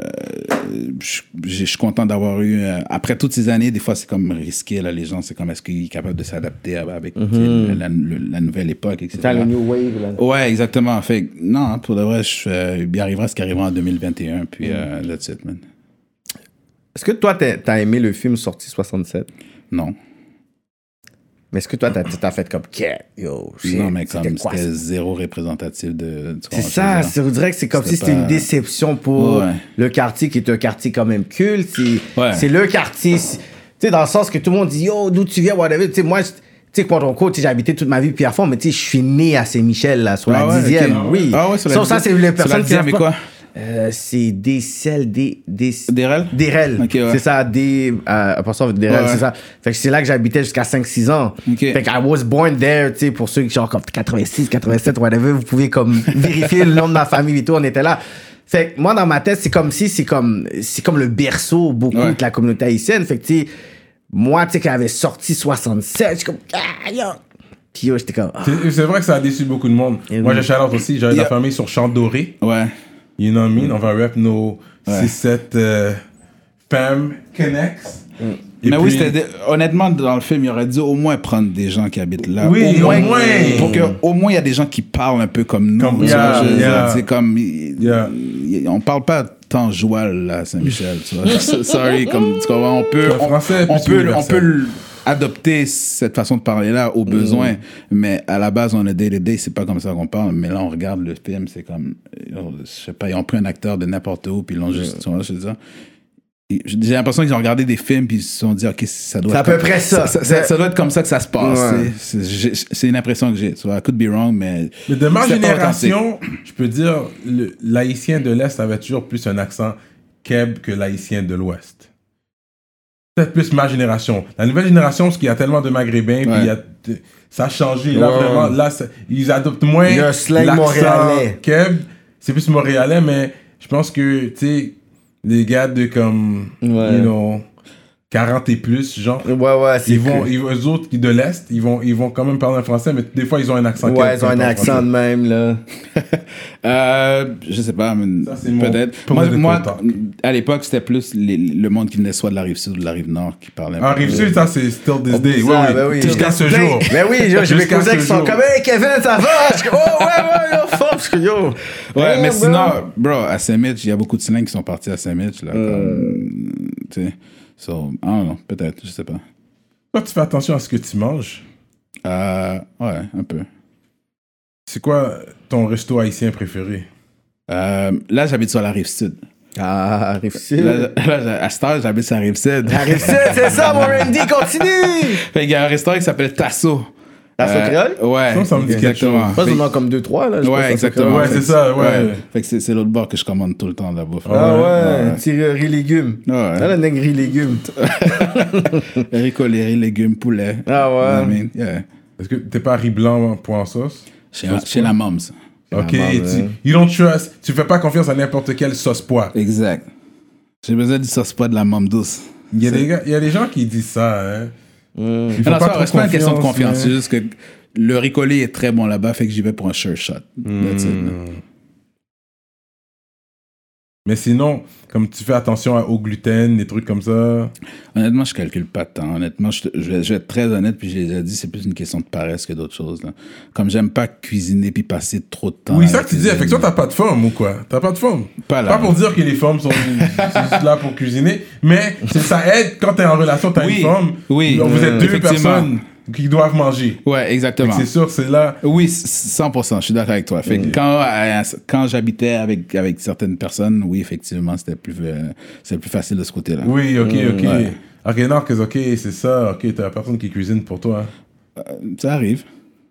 je, je- je suis content d'avoir eu... euh, après toutes ces années, des fois, c'est comme risqué. Là, les gens, c'est comme est-ce qu'il est capable de s'adapter avec tu sais, la, la- la nouvelle époque, et cetera. T'as le new wave là. Ouais, exactement. Fait que, non, pour de vrai, je, euh, il arrivera ce qui arrivera en deux mille vingt et un. Puis, euh, that's it, man. Est-ce que toi t'as t'as aimé le film sorti soixante-sept? Non. Mais est-ce que toi, t'as, t'as fait comme, yeah, yo, shit, Non, mais c'était comme quoi, c'était ça? zéro représentatif de... tu C'est comprends ce que ça, je veux c'est, on dirait que c'est comme C'était si c'était pas- une déception pour Ouais. le quartier qui est un quartier quand même culte. C'est, Ouais. c'est le quartier, c'est- tu sais, dans le sens que tout le monde dit, yo, d'où tu viens, whatever. Tu sais, moi, je- tu sais, pour ton cours, j'ai habité toute ma vie Pierrefonds, mais tu sais, je suis né à Saint-Michel, là, sur Ah la ouais, dixième. ok. Oui. Ah ouais, sur la Ça, ça, dixième. c'est les Sur la personnes qui dixième, savent mais pas. quoi? Euh, c'est des selles, des, des... Derel? Derel. Ok, ouais. C'est ça, des... Euh, à part ça, Derel, Ouais. c'est ça. Fait que c'est là que j'habitais jusqu'à cinq six ans. Ok. Fait que I was born there, tu sais, pour ceux qui sont comme quatre-vingt-six, quatre-vingt-sept, whatever, vous pouvez comme vérifier le nom de ma famille et tout, on était là. Fait que moi, dans ma tête, c'est comme si c'est comme, c'est comme le berceau beaucoup Ouais. de la communauté haïtienne. Fait que, tu sais, moi, tu sais, quand elle avait sorti soixante-sept, j'étais comme, ah, yo. Puis yo, j'étais comme, ah. C'est, c'est vrai que ça a déçu beaucoup de monde. Et Moi, oui. j'ai shout-out aussi. J'avais de la Yeah. famille sur Champ Doré. Ouais. You know what I mean? On va rap nos Ouais. six sept euh, femmes connects. Et Mais oui, puis- c'était des- honnêtement, dans le film, il aurait dû au moins prendre des gens qui habitent là. Oui, au moins. Pour que, au moins, il y a des gens qui parlent un peu comme nous. Comme- tu vois, yeah, je veux dire, yeah. c'est comme... il- Yeah. il- on parle pas tant joual là, à Saint-Michel. Tu vois. Sorry, comme tu comprends, on peut... Le On, français est on plus peut, on universel. peut l- adopter cette façon de parler là au besoin, mais à la base, on a day to day, c'est pas comme ça qu'on parle. Mais là, on regarde le film, c'est comme... euh, Je sais pas, ils ont pris un acteur de n'importe où, puis ils l'ont juste... Tu vois, je veux dire. J'ai l'impression qu'ils ont regardé des films puis ils se sont dit, OK, ça doit C'est à être peu comme- près ça. Ça, ça- ça doit être comme ça que ça se passe. Ouais. C'est- C'est j'ai- c'est une impression que j'ai. So, I could be wrong, mais. Mais de ma c'est pas génération, je peux dire, le- l'haïtien de l'Est avait toujours plus un accent keb que l'haïtien de l'Ouest. Peut-être plus ma génération. La nouvelle génération, parce qu'il y a tellement de maghrébins, puis Ouais. il y a, ça a changé. Là, Ouais. vraiment, là, ça- ils adoptent moins Il y a un slang l'accent montréalais. keb. C'est plus montréalais, mais je pense que, tu sais, les gars de comme, Ouais. you know, quarante et plus, genre, Ouais, ouais, c'est ils vont, cool. ils, eux autres qui de l'Est, ils vont, ils vont quand même parler en français, mais des fois, ils ont un accent Ouais, keb ils ont quand un parlent accent français. de même, là. Euh, je sais pas, mais Ça, c'est mon peut-être. point Moi, de moi, contact. à l'époque, c'était plus les- le monde qui venait soit de la rive sud ou de la rive nord qui parlait. En rive sud, ça, c'est still this day. Oui, Ça, oui. ben oui. Jusqu'à ce Ben- jour. Ben oui, genre, j'ai mes Jusqu'à cousins ce qui sont jour. comme, hey Kevin, ça va? Je suis comme, oh ouais, ouais, yo, fuck. Je suis comme, yo. Ouais, Hey, mais bro. sinon, bro, à Saint-Mitch, il y a beaucoup de slang qui sont partis à Saint-Mitch, là. Comme, tu sais. So, I don't know, peut-être, je sais pas. Toi, tu fais attention à ce que tu manges. Euh, ouais, un peu. C'est quoi ton resto haïtien préféré? Euh, là, j'habite sur la rive sud. Ah, arrive ici. Là, là, à cette heure, j'habite sur la rive sud. Arrive ici, c'est ça, mon Randy, continue. Fait qu'il y a un restaurant qui s'appelle Tasso. Tasso créole? Ouais. Ça, ça me dit quelque exactement. chose. Je pense qu'on en a comme deux, trois, là. je pense, Ouais, Tasso exactement. Ouais, c'est ça, ouais. Fait que c'est, c'est l'autre bord que je commande tout le temps de la bouffe. Ah ouais, Ouais. petit riz légumes. Ouais. Ah, la nègre riz légumes. Ricoléry, légumes, poulet. Ah ouais. I mean, yeah. Est-ce que t'es pas riz blanc pour en sauce? Chez, chez la Moms. Ok, marre, tu, ouais. you don't trust, tu fais pas confiance à n'importe quelle sauce pois. Exact. J'ai besoin du sauce pas de la Mom douce. Il y, a des gars, il y a des gens qui disent ça, hein. Il faut Non, c'est pas, trop c'est pas une question de confiance, confiance. mais- C'est juste que le ricolé est très bon là-bas, fait que j'y vais pour un sure shot. That's it, là. Mais sinon, comme tu fais attention à- au gluten, des trucs comme ça. Honnêtement, je calcule pas de temps. Honnêtement, je, te- je vais, je vais être très honnête, puis j'ai déjà dit, c'est plus une question de paresse que d'autres choses. Là. Comme j'aime pas cuisiner puis passer trop de temps. Oui, à ça la que tu dis. cuisine. Fait que toi, t'as pas de forme ou quoi? T'as pas de forme. Pas là. Pas pour dire que les formes sont c'est juste là pour cuisiner, mais c'est- ça aide quand t'es en relation, t'as Oui, une forme. oui, Vous êtes euh, deux effectivement. personnes qui doivent manger. Ouais, Fait exactement. que c'est sûr, c'est là. Oui, c- cent pour cent, je suis d'accord avec toi. Fait que quand, euh, quand j'habitais avec, avec certaines personnes, oui, effectivement, c'était plus, euh, c'était plus facile de ce côté-là. Oui, ok, ok. ouais. Ok, non, que- ok, c'est ça. Ok, t'as la personne qui cuisine pour toi. Ça arrive.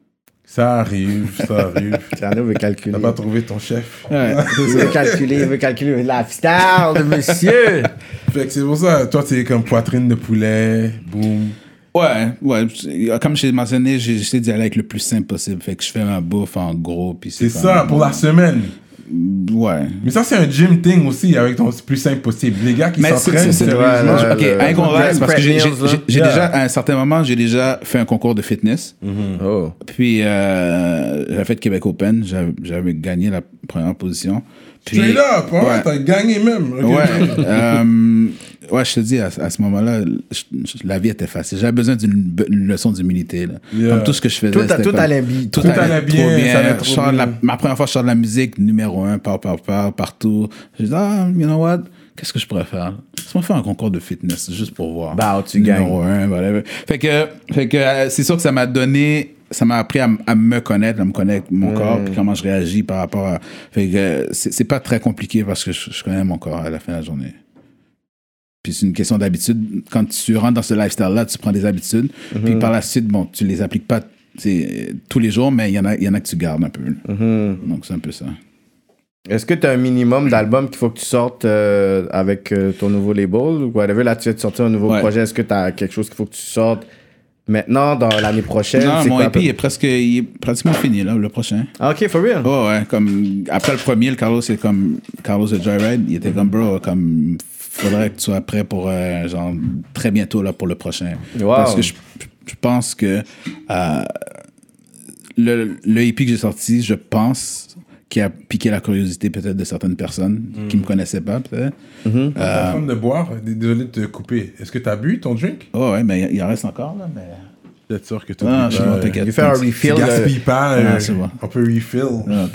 Ça arrive, ça arrive. Tiana veut calculer. T'as pas trouvé ton chef. Ouais. Il veut calculer, il veut calculer la star de monsieur. Fait que c'est pour ça, toi, c'est comme poitrine de poulet, boum. Ouais, ouais. Comme j'ai mentionné, j'ai- j'essaie d'y aller avec le plus simple possible. Fait que je fais ma bouffe en gros. Puis c'est C'est comme- ça, pour la semaine. Ouais. Mais ça, c'est un gym thing aussi, avec ton plus simple possible. Les gars qui Mais c'est- s'entraînent, c'est- c'est- sérieusement. ouais, Ok, le- un congrès, le parce que j'ai j'ai- Prep Meals, j'ai- j'ai là. déjà, à un certain moment, j'ai déjà fait un concours de fitness. Oh. Puis, euh, j'avais fait Québec Open. J'avais j'avais gagné la première position. Puis, Straight up, hein, ouais. t'as gagné même. Ok. Ouais, euh, ouais, je te dis, à, à ce moment-là, je- je- la vie était facile. J'avais besoin d'une be- une leçon d'humilité. Là. Yeah. Comme tout ce que je faisais. Tout, a- c'était tout comme- allait bien. Tout, Tout allait, allait bien, trop bien. ça allait trop Je sors de la- bien. ma première fois, je sors de la musique numéro un, par, par, par, partout. Je dis, ah, you know what? Qu'est-ce que je pourrais faire? Laisse-moi faire un concours de fitness, juste pour voir. Bah, tu Numéro un, whatever. Fait que, fait que euh, c'est sûr que ça m'a donné, ça m'a appris à, m- à me connaître, à me connaître mon corps, puis comment je réagis par rapport à. Fait que euh, c'est c'est pas très compliqué parce que je, je connais mon corps à la fin de la journée. Puis c'est une question d'habitude. Quand tu rentres dans ce lifestyle-là, tu prends des habitudes, puis par la suite, bon, tu les appliques pas c'est, tous les jours, mais il y en a, il y en a que tu gardes un peu. Donc c'est un peu ça. Est-ce que tu as un minimum d'albums qu'il faut que tu sortes euh, avec euh, ton nouveau label ou whatever? Là, tu viens de sortir un nouveau Ouais. projet. Est-ce que tu as quelque chose qu'il faut que tu sortes maintenant, dans l'année prochaine? Non, C'est mon quoi, E P est presque, il est pratiquement fini là, le prochain. Ah, ok, for real? Oh ouais, comme après le premier, le Carlos c'est comme Carlos de Joyride, il était comme bro, comme faudrait que tu sois prêt pour euh, genre très bientôt là pour le prochain. Wow. Parce que je, je pense que euh, le, le E P que j'ai sorti, je pense qui a piqué la curiosité peut-être de certaines personnes qui me connaissaient pas peut-être. Mm-hmm. T'as femme de boire, désolé de te couper. Est-ce que t'as bu ton drink? Oh ouais, mais il- il en reste encore là, mais Peut-être sûr que tu ah, je suis bon, t'inquiète. Il fait un refill. Tu là. gaspilles pas, Ah, euh, c'est bon. on peut refill. Non,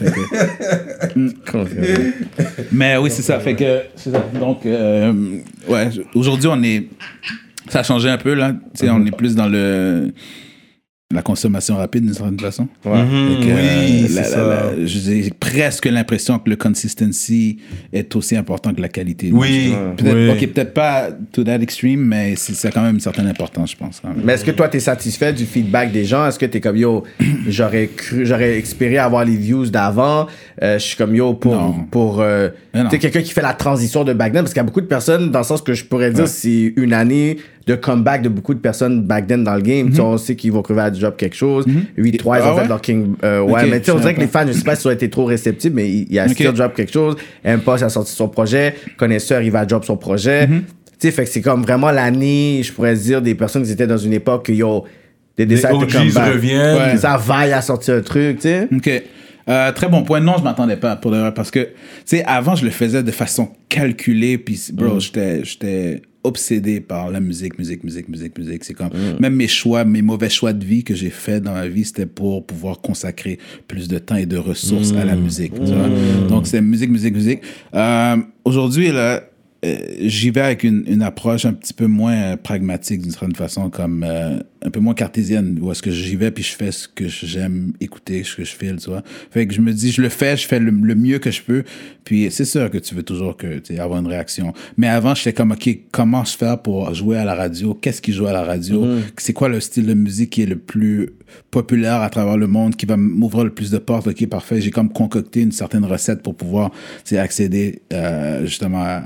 t'inquiète. Mais oui, c'est ça. Fait que, c'est ça. Donc, euh, ouais, aujourd'hui, on est. Ça a changé un peu, là. Tu sais, on est plus dans le. la consommation rapide d'une certaine façon. Ouais. Mhm, Et que, oui, euh, c'est la- ça. la- la- j'ai presque l'impression que le consistency est aussi important que la qualité. Oui, Donc, peut-être, oui. ok, peut-être pas to that extreme, mais c'est, ça a quand même une certaine importance, je pense. Quand même. Mais est-ce que toi, t'es satisfait du feedback des gens? Est-ce que t'es comme, yo, j'aurais cru, j'aurais espéré avoir les views d'avant? Euh, je suis comme, yo, pour, Non. pour, euh, Mais non. tu sais, quelqu'un qui fait la transition de back then, parce qu'il y a beaucoup de personnes, dans le sens que je pourrais dire, Ouais. c'est une année de comeback de beaucoup de personnes back then dans le game. Tu sais, on sait qu'ils vont crever à drop quelque chose. huit trois, ils Ah ont fait ouais? leur King, euh, ouais, Ok, mais tu sais, on je dirait que sais les fans, je sais pas s'ils ont été trop réceptifs, mais il il y a Ok. still drop quelque chose. M-Post a sorti son projet. Connaisseur, il va drop son projet. Tu sais, fait que c'est comme vraiment l'année, je pourrais dire, des personnes qui étaient dans une époque que, yo, des Les decide to O come Gs back. reviennent. Ouais. Ça vaille à sortir un truc, tu sais. OK. Euh, très bon point. Non, je m'attendais pas pour de vrai parce que, tu sais, avant, je le faisais de façon calculée. Puis, bro, j'étais, j'étais obsédé par la musique, musique, musique, musique, musique. C'est comme, même mes choix, mes mauvais choix de vie que j'ai fait dans ma vie, c'était pour pouvoir consacrer plus de temps et de ressources à la musique. Tu vois? Donc, c'est musique, musique, musique. Euh, aujourd'hui, là, euh, j'y vais avec une, une approche un petit peu moins euh, pragmatique d'une certaine façon, comme euh, un peu moins cartésienne, où est-ce que j'y vais puis je fais ce que j'aime écouter, ce que je file, tu vois. Fait que je me dis, je le fais, je fais le, le mieux que je peux, puis c'est sûr que tu veux toujours que, tu sais, avoir une réaction. Mais avant, j'étais comme, OK, comment je fais pour jouer à la radio? Qu'est-ce qui joue à la radio? Mm-hmm. C'est quoi le style de musique qui est le plus populaire à travers le monde, qui va m'ouvrir le plus de portes? OK, parfait. J'ai comme concocté une certaine recette pour pouvoir, tu sais, accéder euh, justement à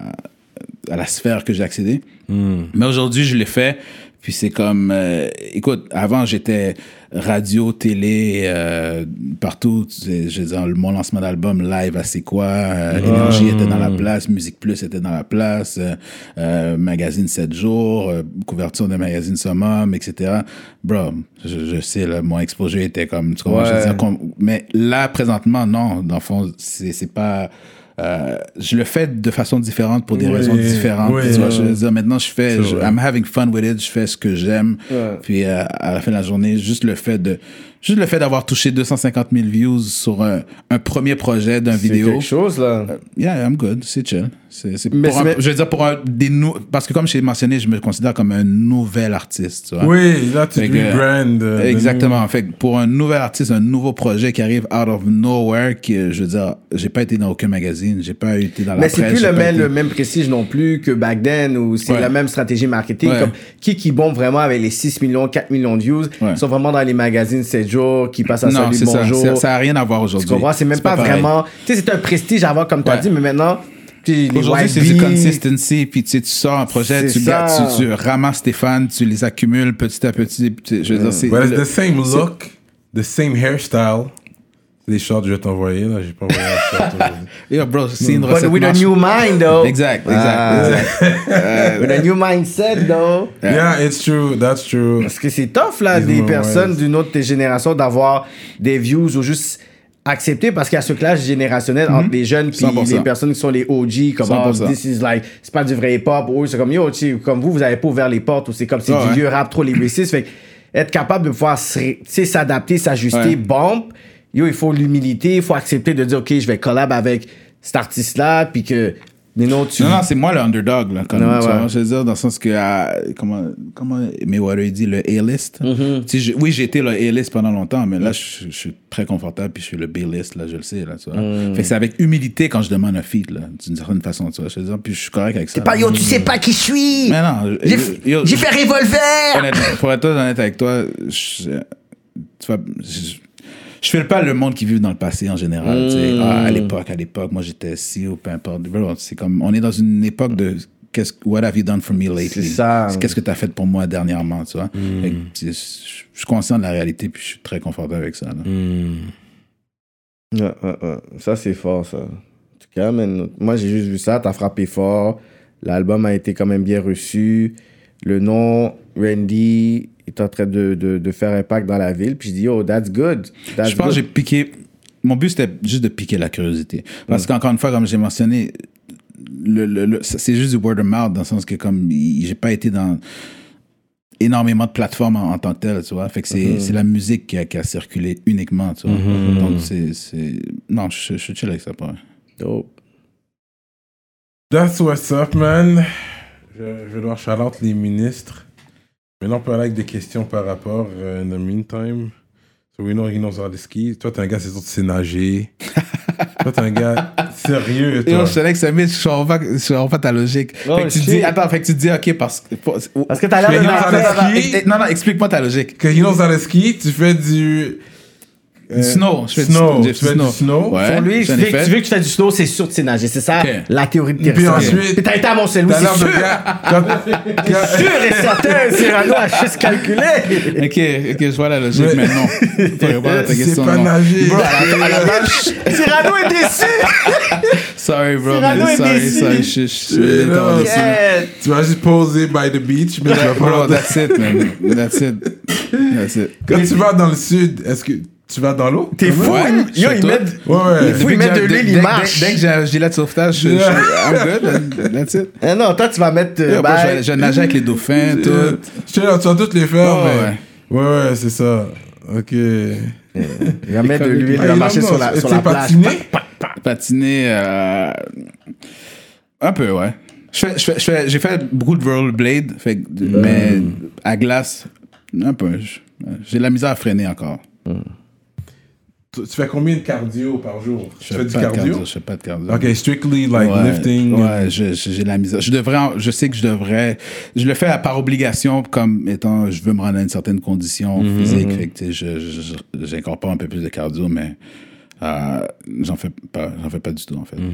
à la sphère que j'ai accédé. Mm. Mais aujourd'hui, je l'ai fait. Puis c'est comme... Euh, écoute, avant, j'étais radio, télé, euh, partout. Je veux dire, mon lancement d'album live à C'est quoi? Euh, Énergie mm. était dans la place. Musique Plus était dans la place. Euh, euh, magazine sept jours. Euh, couverture de magazine Summum, et cetera. Bro, je, je sais, là, mon exposure était comme... Tu comprends? Ouais. Je veux dire, mais là, présentement, non. Dans le fond, c'est, c'est pas... Euh, je le fais de façon différente pour des oui, raisons différentes. Oui, tu vois, je veux dire, maintenant, je fais, je, I'm having fun with it, je fais ce que j'aime. Ouais. Puis euh, à la fin de la journée, juste le fait de, juste le fait d'avoir touché deux cent cinquante mille views sur un, un premier projet d'un vidéo. C'est quelque chose là. Uh, yeah, I'm good, c'est chill. C'est, c'est pour un, je veux dire pour un, des nou- parce que comme je t'ai mentionné, je me considère comme un nouvel artiste. Tu vois? Oui, là tu te rebrand. Euh, exactement. Fait que pour un nouvel artiste, un nouveau projet qui arrive out of nowhere, qui, je veux dire, j'ai pas été dans aucun magazine, j'ai pas été dans la mais presse. Mais c'est plus le même, été... le même prestige non plus que back then, ou c'est ouais. la même stratégie marketing. Ouais. Comme, qui qui bombe vraiment avec les six millions, quatre millions de views, ouais. ils sont vraiment dans les magazines sept jours, qui passent à non, Salut Bonjour. Ça, ça a rien à voir aujourd'hui. Tu comprends? C'est même c'est pas, pas vraiment... Tu sais, c'est un prestige à avoir, comme tu as ouais. dit, mais maintenant... Aujourd'hui, c'est du consistency, puis tu sais, tu sors un projet, tu, tu, tu ramasses tes fans, tu les accumules petit à petit. Tu, je veux dire, c'est... But it's the same look, the same hairstyle. Les shorts que je vais t'envoyer, là, j'ai pas envoyé un short aujourd'hui. Yo, bro, c'est une recette. But with marche. a new mind, though. Exact, exact. Uh, exact. With a new mindset, though. Yeah, it's true, that's true. Parce que c'est tough, là, des personnes ouais. d'une autre génération d'avoir des views ou juste... accepter parce qu'il y a ce clash générationnel mm-hmm. entre les jeunes puis les personnes qui sont les O G comme oh, this is like c'est pas du vrai hip hop ou c'est comme yo comme vous vous avez pas ouvert les portes ou c'est comme c'est oh, du ouais. vieux rap trop les bassistes fait être capable de pouvoir s'adapter s'ajuster ouais. bump yo il faut l'humilité il faut accepter de dire ok je vais collab avec cet artiste là puis que non, tu... non, non, c'est moi le underdog, là, comme, ouais, tu ouais. vois, je veux dire, dans le sens que, euh, comment, comment Mayweather dit, le A-list. Mm-hmm. Tu sais, oui, j'ai été le A-list pendant longtemps, mais là, je, je suis très confortable, puis je suis le B-list, là, je le sais, là, tu vois. Mm. Fait que c'est avec humilité quand je demande un feat, là, d'une certaine façon, tu vois, je veux dire, puis je suis correct avec ça. C'est pas, yo, tu sais pas qui je suis! Mais non, j'ai, yo, j'ai fait Revolver! Pour être honnête avec toi, je, tu vois, je, je fais pas le monde qui vit dans le passé en général. Mmh. Tu sais, ah, à l'époque, à l'époque, moi j'étais ci ou peu importe. C'est comme, on est dans une époque de qu'est-ce, what have you done for me lately? C'est ça. Qu'est-ce que tu as fait pour moi dernièrement, tu vois? Mmh. Et, je suis conscient de la réalité puis je suis très confortable avec ça. Là. Mmh. Ouais, ouais, ouais. Ça, c'est fort, ça. En tout cas, man, moi j'ai juste vu ça, t'as frappé fort. L'album a été quand même bien reçu. Le nom, Randy, est en train de, de, de faire impact dans la ville. Puis je dis, oh, that's good. That's je pense good. que j'ai piqué... Mon but, c'était juste de piquer la curiosité. Parce mm. qu'encore une fois, comme j'ai mentionné, le, le, le, c'est juste du word of mouth, dans le sens que comme j'ai pas été dans énormément de plateformes en, en tant que tel, tu vois. Fait que c'est, mm-hmm. c'est la musique qui a, qui a circulé uniquement, tu vois. Mm-hmm. Donc, c'est, c'est... Non, je, je suis chill avec ça, pas. Dope. That's what's up, man. Je, je dois shout out les ministres. Maintenant, on peut aller avec des questions par rapport, uh, in the meantime. So we know he knows how to ski. Toi, t'es un gars, c'est sûr, tu sais nager. Toi, t'es un gars sérieux, toi. Yo, je tenais que ça mette, je comprends pas, je comprends pas ta logique. Oh, fait que tu shit. dis, attends, fait que tu dis, ok, parce que. Parce que t'as l'air Mais de il y en a nager. des skis. Non, non, explique-moi ta logique. Que he knows how to ski, tu fais du... euh, Snow, je fais du snow. snow, j'ai Tu fait fais du du snow. snow. Ouais. Pour lui, tu j'en ai veux, fait. tu veux que tu fasses du snow, c'est sûr que tu sais nager. C'est ça, Ok. la théorie de Puis Pearson. ensuite- Puis t'as été à Mont-Saint-Louis, T'as l'air c'est de sûr. gars... quand- quand- Sûr et certain, Cyrano a juste calculé. Ok, ok, je vois la logique Mais- maintenant. Faut répondre à ta C'est question. pas non. nager. Bro, à la- à la base, Cyrano est déçu. sorry, bro, Cyrano man, est sorry, déçu. sorry, je je- je- Mais je- non, je- Yeah. Tu vas juste poser by the beach, mais tu vas Bro, pas... that's it, man. That's it. That's it. Quand tu vas dans le sud, est-ce que tu vas dans l'eau? T'es fou. Ouais, Yo, je fais ils tout. mettent... Ouais, ouais. Il faut y Depuis que mettre de j'ai- l'huile, dès- il dès- marche. Dès que j'ai un gilet de sauvetage, je, je, I'm good. That's it. Eh non, toi, tu vas mettre... euh, Yo, bro, bah, je, je nageais avec les dauphins, tout. Euh, Je sais, là, tu vas toutes les faire, Oh, mais... Ouais, ouais, c'est ça. Ok. il va mettre de l'huile, il Ah, va il marcher en sur a- la, sur t'es la plage. patiné? Patiner, euh, un peu, ouais. Je fais, je fais, je fais, j'ai fait beaucoup de rollerblade, fait, que- mais à glace, un peu. Je- J'ai de la misère à freiner encore. Tu tu fais combien de cardio par jour? Tu Je fais du pas de cardio? Je fais pas de cardio. Ok, strictly like Ouais, lifting. Ouais, je- je- j'ai de la misère. Je devrais, en- je sais que je devrais. Je le fais par obligation, comme étant, je veux me rendre à une certaine condition physique. Fait que, tu sais, je, je- je- j'incorpore un peu plus de cardio, mais euh, j'en fais pas, j'en fais pas du tout en fait.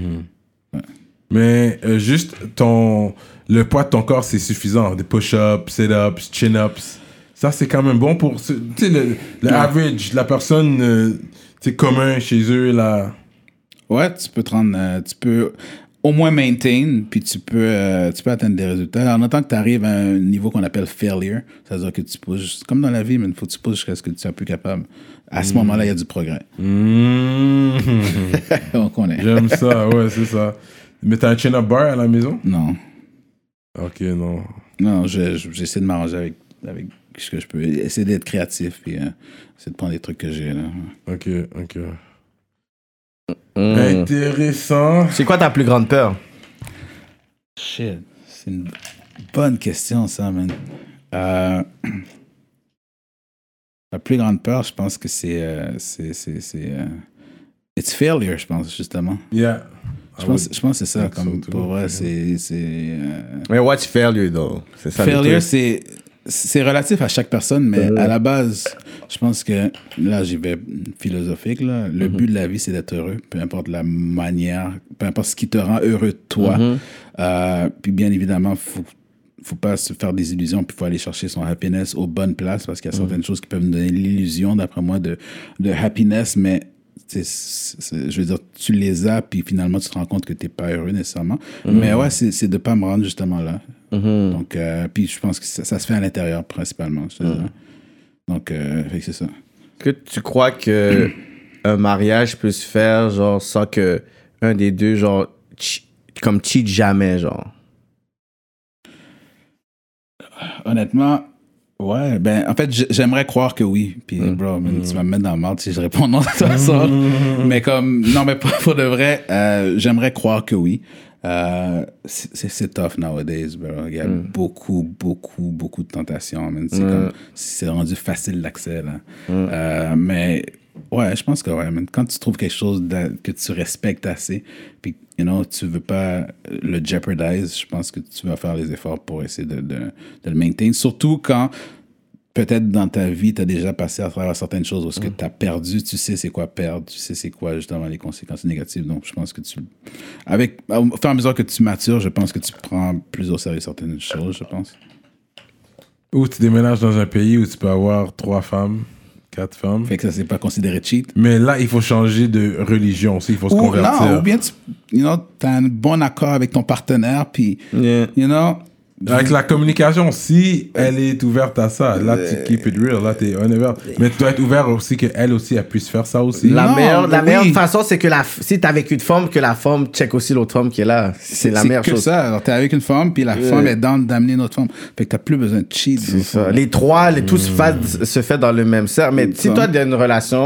Mais euh, juste ton... Le poids de ton corps, c'est suffisant. Des push-ups, sit-ups, chin-ups. Ça, c'est quand même bon pour... ce- Tu sais, le, le average, la personne, euh, tu sais, commun chez eux, là... Ouais, tu peux te rendre, euh, tu peux au moins maintain, puis tu peux, euh, tu peux atteindre des résultats. En autant que tu arrives à un niveau qu'on appelle failure, c'est-à-dire que tu pousses, comme dans la vie, mais il faut que tu pousses jusqu'à ce que tu sois plus capable. À ce moment-là, il y a du progrès. Mmh. On connaît. J'aime ça, ouais, c'est ça. Mais t'as un chin-up bar à la maison? Non. Ok, non. Non, je- je- j'essaie de m'arranger avec, avec ce que je peux. Essayer d'être créatif, puis euh, essayer de prendre les trucs que j'ai, là. Ok, ok. Hmm. Intéressant. C'est quoi ta plus grande peur? Shit. C'est une bonne question, ça, man. Euh, la plus grande peur, je pense que c'est. Euh, c'est. C'est. c'est euh, it's failure, je pense, justement. Yeah. Je pense, je pense que c'est ça, think so comme too, pour vrai, yeah. c'est. c'est euh, Mais what's failure, though? C'est ça. le failure, truc. c'est. C'est relatif à chaque personne, mais à la base, je pense que, là, j'y vais philosophique, là. Le but de la vie, c'est d'être heureux, peu importe la manière, peu importe ce qui te rend heureux, toi. Euh, puis bien évidemment, faut, faut pas se faire des illusions, puis faut aller chercher son happiness aux bonnes places, parce qu'il y a certaines choses qui peuvent nous donner l'illusion, d'après moi, de, de happiness, mais c'est, c'est, je veux dire, tu les as, puis finalement, tu te rends compte que tu n'es pas heureux nécessairement. Mais ouais, c'est, c'est de pas me rendre justement là. Donc, euh, puis je pense que ça, ça se fait à l'intérieur, principalement. je te dirais. Donc, euh, fait que c'est ça. Est-ce que tu crois que un mariage peut se faire, genre, sans que un des deux, genre, ch- comme cheat jamais, genre? Honnêtement, ouais, ben, en fait, j- j'aimerais croire que oui. Puis, bro, man, tu vas me mettre dans le marde si je réponds non de toute façon. Mais comme, non, mais pour, pour de vrai, euh, j'aimerais croire que oui. Euh, c'est, c'est, c'est tough nowadays, bro. Il y a beaucoup, beaucoup, beaucoup de tentations, man. C'est comme, c'est rendu facile l'accès, là. Euh, mais, ouais, je pense que, ouais, man, quand tu trouves quelque chose de- que tu respectes assez, puis, you know, tu veux pas le jeopardize, je pense que tu vas faire les efforts pour essayer de, de, de le maintain. Surtout quand, peut-être dans ta vie, tu as déjà passé à travers certaines choses où ce que tu as perdu, tu sais c'est quoi perdre, tu sais c'est quoi justement les conséquences négatives. Donc, je pense que tu... Avec, au fur et à mesure que tu matures, je pense que tu prends plus au sérieux certaines choses, je pense. Ou tu déménages dans un pays où tu peux avoir trois femmes, quatre femmes. Fait que ça, c'est pas considéré cheat. Mais là, il faut changer de religion aussi, il faut se Ou, convertir. non, ou bien tu you know, as un bon accord avec ton partenaire, puis, Yeah. you know... Avec la communication, si elle est ouverte à ça, là, tu keep it real, là, t'es honnête. Mais tu dois être ouvert aussi qu'elle aussi, elle puisse faire ça aussi. La Non, meilleure, la oui. meilleure façon, c'est que la, si t'es avec une femme, que la femme check aussi l'autre femme qui est là. C'est la meilleure que chose. ça. Alors, t'es avec une femme, puis la femme est down d'amener une autre femme. Fait que t'as plus besoin de cheat. C'est ça. Les trois, les, tout se fait, se fait dans le même cercle. Mais si toi, t'as une relation,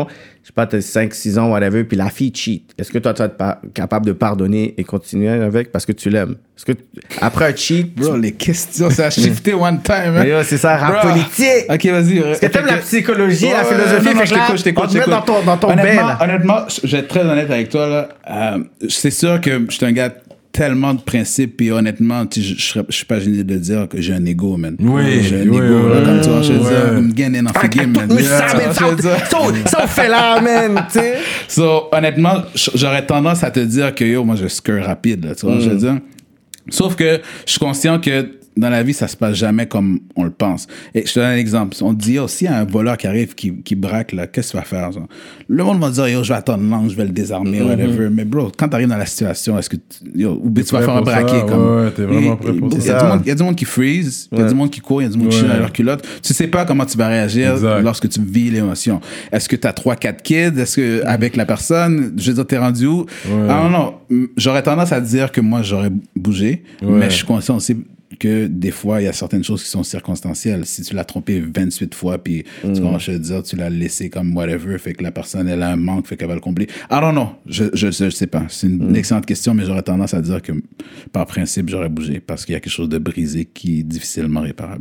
je sais pas, t'as cinq six ans, whatever, puis la fille cheat. Est-ce que toi, tu vas être pa- capable de pardonner et continuer avec parce que tu l'aimes? Est-ce que, t- après un cheat... Bro, les questions, ça a shifté one time. Hein? Yo, c'est ça, rap Bro. politique. Ok, vas-y. Est-ce que t'aimes la psychologie, la Ouais, philosophie? non, non, fait je que là, t'écoute, je t'écoute, on te je met dans t'écoute. ton, dans ton honnêtement, bain, là. honnêtement, je vais être très honnête avec toi. Là. Euh, c'est sûr que je suis un gars tellement de principes, puis honnêtement, tu sais, je, je, serais- je suis pas gêné de dire que j'ai un ego, man. Oui, j'ai un oui, ego, oui, là, oui, comme tu vois, je veux ouais. dire, comme gain en Ah, game, man. tout ça, Tu man, vois, ça, je veux dire. ça, ça, on fait là, man, tu sais. So, honnêtement, j- j'aurais tendance à te dire que yo, moi, je scur rapide, là, tu vois, je veux dire. Sauf que je suis conscient que dans la vie, ça se passe jamais comme on le pense. Et je te donne un exemple. On te dit, yo, s'il y a un voleur qui arrive, qui, qui braque, là, qu'est-ce que tu vas faire, genre? Le monde va dire, yo, je vais attendre l'ange, je vais le désarmer, whatever. Mais bro, quand t'arrives dans la situation, est-ce que, tu- yo, ou bien tu vas prêt faire un pour ça? braquet, Ouais, comme. ouais, t'es vraiment prêt pour Il y, ça. a du monde- il y a du monde qui freeze, il y a Ouais. du monde qui court, il y a du monde qui Ouais. chie dans leur culotte. Tu sais pas comment tu vas réagir Exact. lorsque tu vis l'émotion. Est-ce que t'as trois, quatre kids? Est-ce que, avec la personne, je veux dire, t'es rendu où? Ah non, non. J'aurais tendance à dire que moi, j'aurais bougé, Ouais. mais je suis conscient aussi que des fois, il y a certaines choses qui sont circonstancielles. Si tu l'as trompé vingt-huit fois, puis tu commences à te dire, tu l'as laissé comme whatever, fait que la personne, elle a un manque, fait qu'elle va le combler. I don't know. Je, je, je sais pas. C'est une excellente question, mais j'aurais tendance à dire que par principe, j'aurais bougé parce qu'il y a quelque chose de brisé qui est difficilement réparable.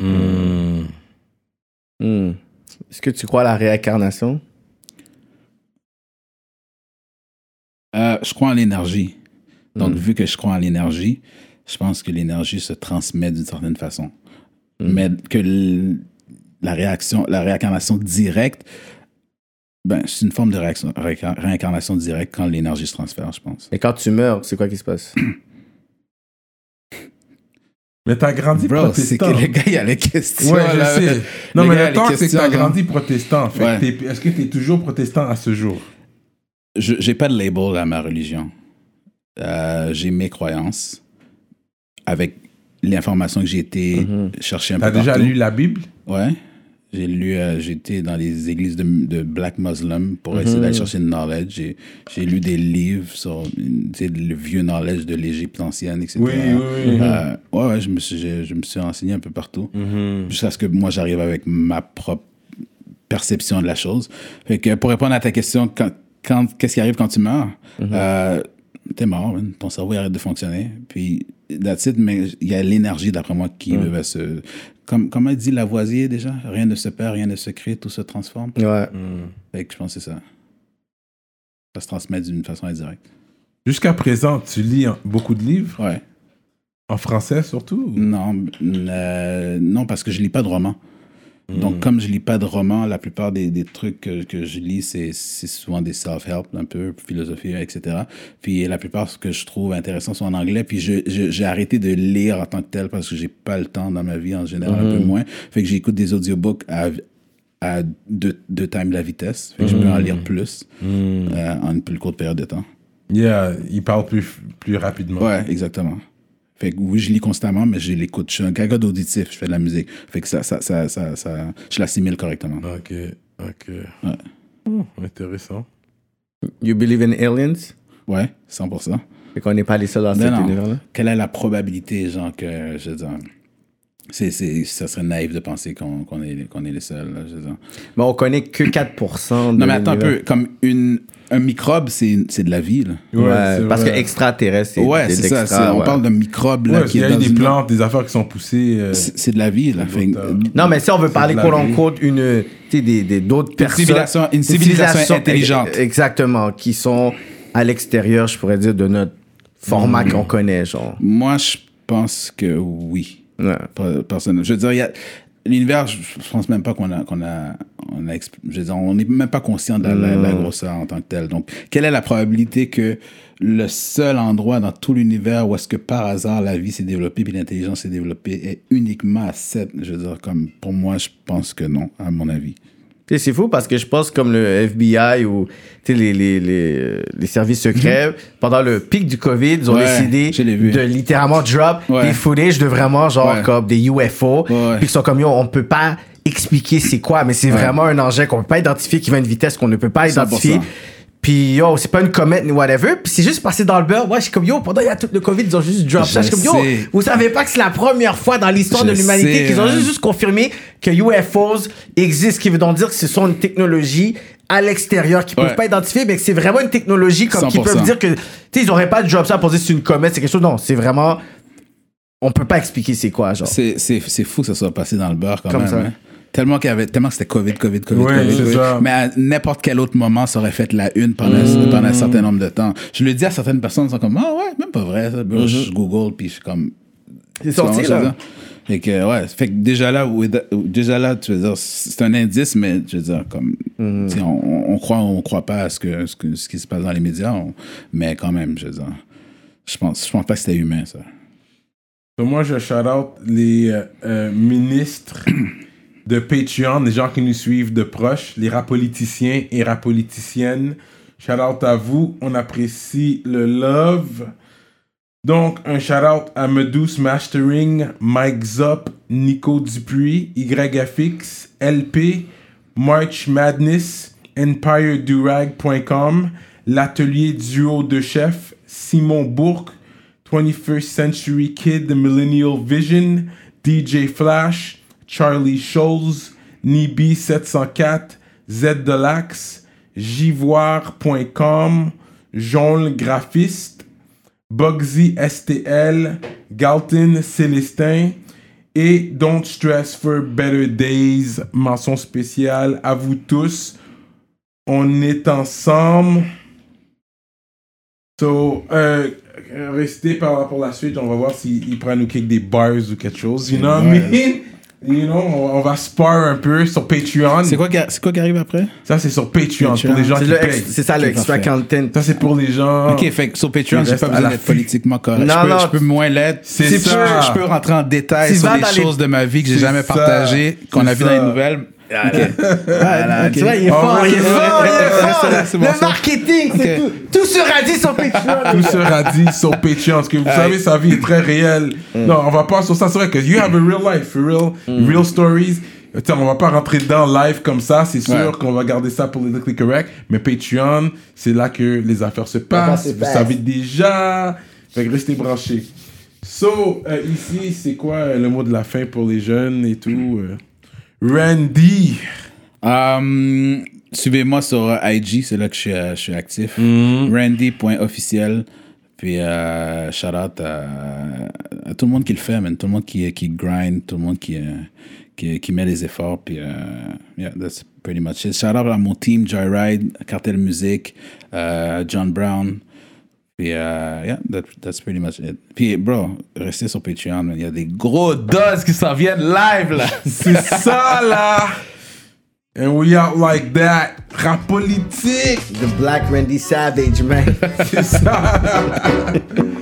Hmm. Est-ce que tu crois à la réincarnation? Euh, je crois en l'énergie. Donc, vu que je crois en l'énergie, je pense que l'énergie se transmet d'une certaine façon. Mais que l- la réaction, la réincarnation directe, ben, c'est une forme de réaction, réincar- réincarnation directe quand l'énergie se transfère, je pense. Et quand tu meurs, c'est quoi qui se passe? Mais t'as grandi Bro, c'est protestant. que le gars, il y a les questions. Ouais, je là. sais. Non, Le mais gars, le les temps, c'est que questions, t'as genre. grandi protestant. Fait Ouais. que t'es- est-ce que t'es toujours protestant à ce jour? Je j'ai pas de label à ma religion. Euh, j'ai mes croyances avec l'information que j'ai été chercher un T'as peu déjà partout. lu la Bible? Ouais. J'ai lu, euh, j'ai été dans les églises de, de Black Muslims pour essayer d'aller chercher le knowledge. J'ai, j'ai lu des livres sur tu sais, le vieux knowledge de l'Égypte ancienne, et cetera. Oui, oui, oui. Euh, ouais, ouais, je me suis, je, je me suis renseigné un peu partout. Jusqu'à ce que moi, j'arrive avec ma propre perception de la chose. Fait que pour répondre à ta question, quand, quand, qu'est-ce qui arrive quand tu meurs? Euh, t'es mort, man. Ton cerveau il arrête de fonctionner. Puis, that's it, mais il y a l'énergie, d'après moi, qui va se... Comme, comment dit Lavoisier, déjà? Rien ne se perd, rien ne se crée, tout se transforme. Ouais. Fait que je pense que c'est ça. Ça se transmet d'une façon indirecte. Jusqu'à présent, tu lis en- beaucoup de livres, Ouais. en français surtout? ou- Non, euh, non, parce que je lis pas de romans. Donc, comme je lis pas de romans, la plupart des, des trucs que, que je lis, c'est, c'est souvent des self-help, un peu, philosophie, et cetera. Puis la plupart, ce que je trouve intéressant, sont en anglais. Puis je, je- j'ai arrêté de lire en tant que tel parce que j'ai pas le temps dans ma vie, en général, un peu moins. Fait que j'écoute des audiobooks à, à deux, deux times la vitesse. Fait que je peux en lire plus euh, en une plus courte période de temps. Yeah, il parle plus, plus rapidement. Ouais, exactement. Fait que oui, je lis constamment, mais je l'écoute. Je suis un gars d'auditif, je fais de la musique. Fait que ça, ça, ça, ça, ça je l'assimile correctement. Ok, ok. Ouais. Oh, intéressant. You believe in aliens? Ouais, cent pour cent. Fait qu'on n'est pas les seuls dans Non, cet non. univers-là? Quelle est la probabilité, genre, que, je veux dire, c'est, c'est, ça serait naïf de penser qu'on, qu'on, est, qu'on est les seuls, là, je veux dire. Mais on connaît que quatre pour cent de Non, mais attends un l'univers. peu, comme une, un microbe, c'est, c'est de la vie, là. Ouais, c'est parce vrai. que extraterrestre, c'est Ouais, des c'est ça. extra, c'est- on ouais. parle d'un microbe, Ouais, là, parce qui qu'il y est a eu dans des une- plantes, des affaires qui sont poussées. euh, C'est, c'est de la vie, là. Fait que- euh, Non, mais si on veut parler de la quote en vie. quote une, tu sais, des, des, d'autres personnes. civilisation- une civilisation intelligente. ex- Exactement, qui sont à l'extérieur, je pourrais dire, de notre format Hmm. qu'on connaît, genre. Moi, je pense que oui. Ouais. Per- Personnellement. Je veux dire, il y a, l'univers, je je pense même pas qu'on a, qu'on a, on a, exp- je veux dire, on n'est même pas conscient de la, la- la grosseur en tant que telle. Donc, quelle est la probabilité que le seul endroit dans tout l'univers où est-ce que par hasard la vie s'est développée puis l'intelligence s'est développée est uniquement à sept? Je veux dire, comme, pour moi, je pense que non, à mon avis. Tu sais, c'est fou parce que je pense comme le F B I ou tu sais, les, les, les, les services secrets, pendant le pic du COVID, ils ont Ouais, décidé je l'ai vu. de littéralement drop Ouais. des footage de vraiment genre Ouais. comme des U F O. Ouais. Puis ils sont comme yo, on peut pas expliquer c'est quoi, mais c'est Ouais. vraiment un engin qu'on peut pas identifier qui va à une vitesse qu'on ne peut pas cent pour cent. identifier. Puis yo, c'est pas une comète ni whatever. Puis c'est juste passé dans le beurre. Ouais, je suis comme yo, pendant il y a tout le COVID, ils ont juste drop ça. Je suis comme yo, sais. vous savez pas que c'est la première fois dans l'histoire Je de l'humanité sais, qu'ils ont man. juste, juste confirmé que U F Os existent, ce qui veut donc dire que ce sont une technologie à l'extérieur qui peuvent Ouais. pas identifier, mais que c'est vraiment une technologie comme qui cent pour cent. peuvent dire que, tu sais, ils auraient pas de drop ça pour dire c'est une comète, c'est quelque chose. Non, c'est vraiment, on peut pas expliquer c'est quoi, genre. C'est, c'est, c'est fou que ça soit passé dans le beurre quand Comme même. ça. Hein. Tellement, qu'il y avait, tellement que c'était COVID, COVID, COVID, Ouais, COVID. c'est COVID. ça. Mais à n'importe quel autre moment, ça aurait fait la une pendant, Mmh. pendant un certain nombre de temps. Je le dis à certaines personnes, ils sont comme, ah ouais, même pas vrai. Ça. Bro, Je Google, puis je suis comme. C'est sorti, Tu vois, je veux là. dire. Fait que, ouais, fait que déjà là, with- déjà là, tu veux dire, c'est un indice, mais je veux dire, comme, Mm. tu sais, on, on croit ou on croit pas à ce, que, ce, que, ce qui se passe dans les médias, on- mais quand même, je veux dire, je pense, je pense pas que c'était humain, ça. Donc moi, je shout-out les euh, euh, ministres de Patreon, les gens qui nous suivent de proche, les rapoliticiens et rapoliticiennes. Shout-out à vous, on apprécie le love. Donc, un shout-out à Medus Mastering, Mike Zop, Nico Dupuis, Y F X, L P, March Madness, Empire Durag point com, l'atelier duo de chef, Simon Bourque, twenty-first Century Kid, The Millennial Vision, D J Flash, Charlie Scholes, Nibi sept cent quatre, Z Delax, Jivoire point com, Jonle Graphiste, Bugsy S T L, Galton Célestin et Don't Stress for Better Days, mention spéciale à vous tous. On est ensemble. So, euh, restez par, pour la suite, on va voir s'il pourra nous kick des bars ou quelque chose. You know what I mean? You know, on, on va spar un peu sur Patreon. C'est quoi, qui a- c'est quoi qui arrive après? Ça, c'est sur Patreon, Patreon. pour les gens C'est qui le payent. ex- c'est ça, le Ok, extra parfait. content. Ça, c'est pour les gens. Ok, fait que sur Patreon, Tu j'ai restes pas à besoin la d'être fin. politiquement correct. Non, je, peux, non, je peux moins l'être. c'est Si ça. Je peux, je peux rentrer en détail Tu sur vas les dans les- choses de ma vie que j'ai C'est jamais ça. partagées, qu'on a C'est vu dans ça. les nouvelles. Voilà, ok. tu vois, il est Ah fort, ouais, il est c'est fort, vrai. il est fort. C'est bon, c'est bon, Le ça. marketing, c'est Ok. tout. Tout sera dit sur Patreon. Tout sera dit sur Patreon. Parce que vous savez, sa vie est très réelle. Non, on va pas sur ça. C'est vrai que you have a real life, for real, real stories. T'sais, on va pas rentrer dans live comme ça. C'est sûr Ouais. qu'on va garder ça politically correct. Mais Patreon, c'est là que les affaires se passent. se Vous passent. savez déjà. Fait que restez branchés. So, euh, ici, c'est quoi euh, le mot de la fin pour les jeunes et tout? euh? Randy. Um, suivez-moi sur I G, c'est là que je suis, euh, je suis actif. randy point officiel. Puis, euh, shout out à, à tout le monde qui le fait, man. Tout le monde qui, qui grind, tout le monde qui, euh, qui, qui met les efforts. Puis, euh, yeah, that's pretty much it. Shout out à mon team, Joyride, Cartel Music, euh, John Brown. Puis, euh, yeah, that, that's pretty much it. Puis, bro, restez sur Patreon, man. Il y a des gros doses qui s'en viennent live, là. C'est ça, là. And we out like that. Rap politique. The Black Randy Savage, man. C'est ça.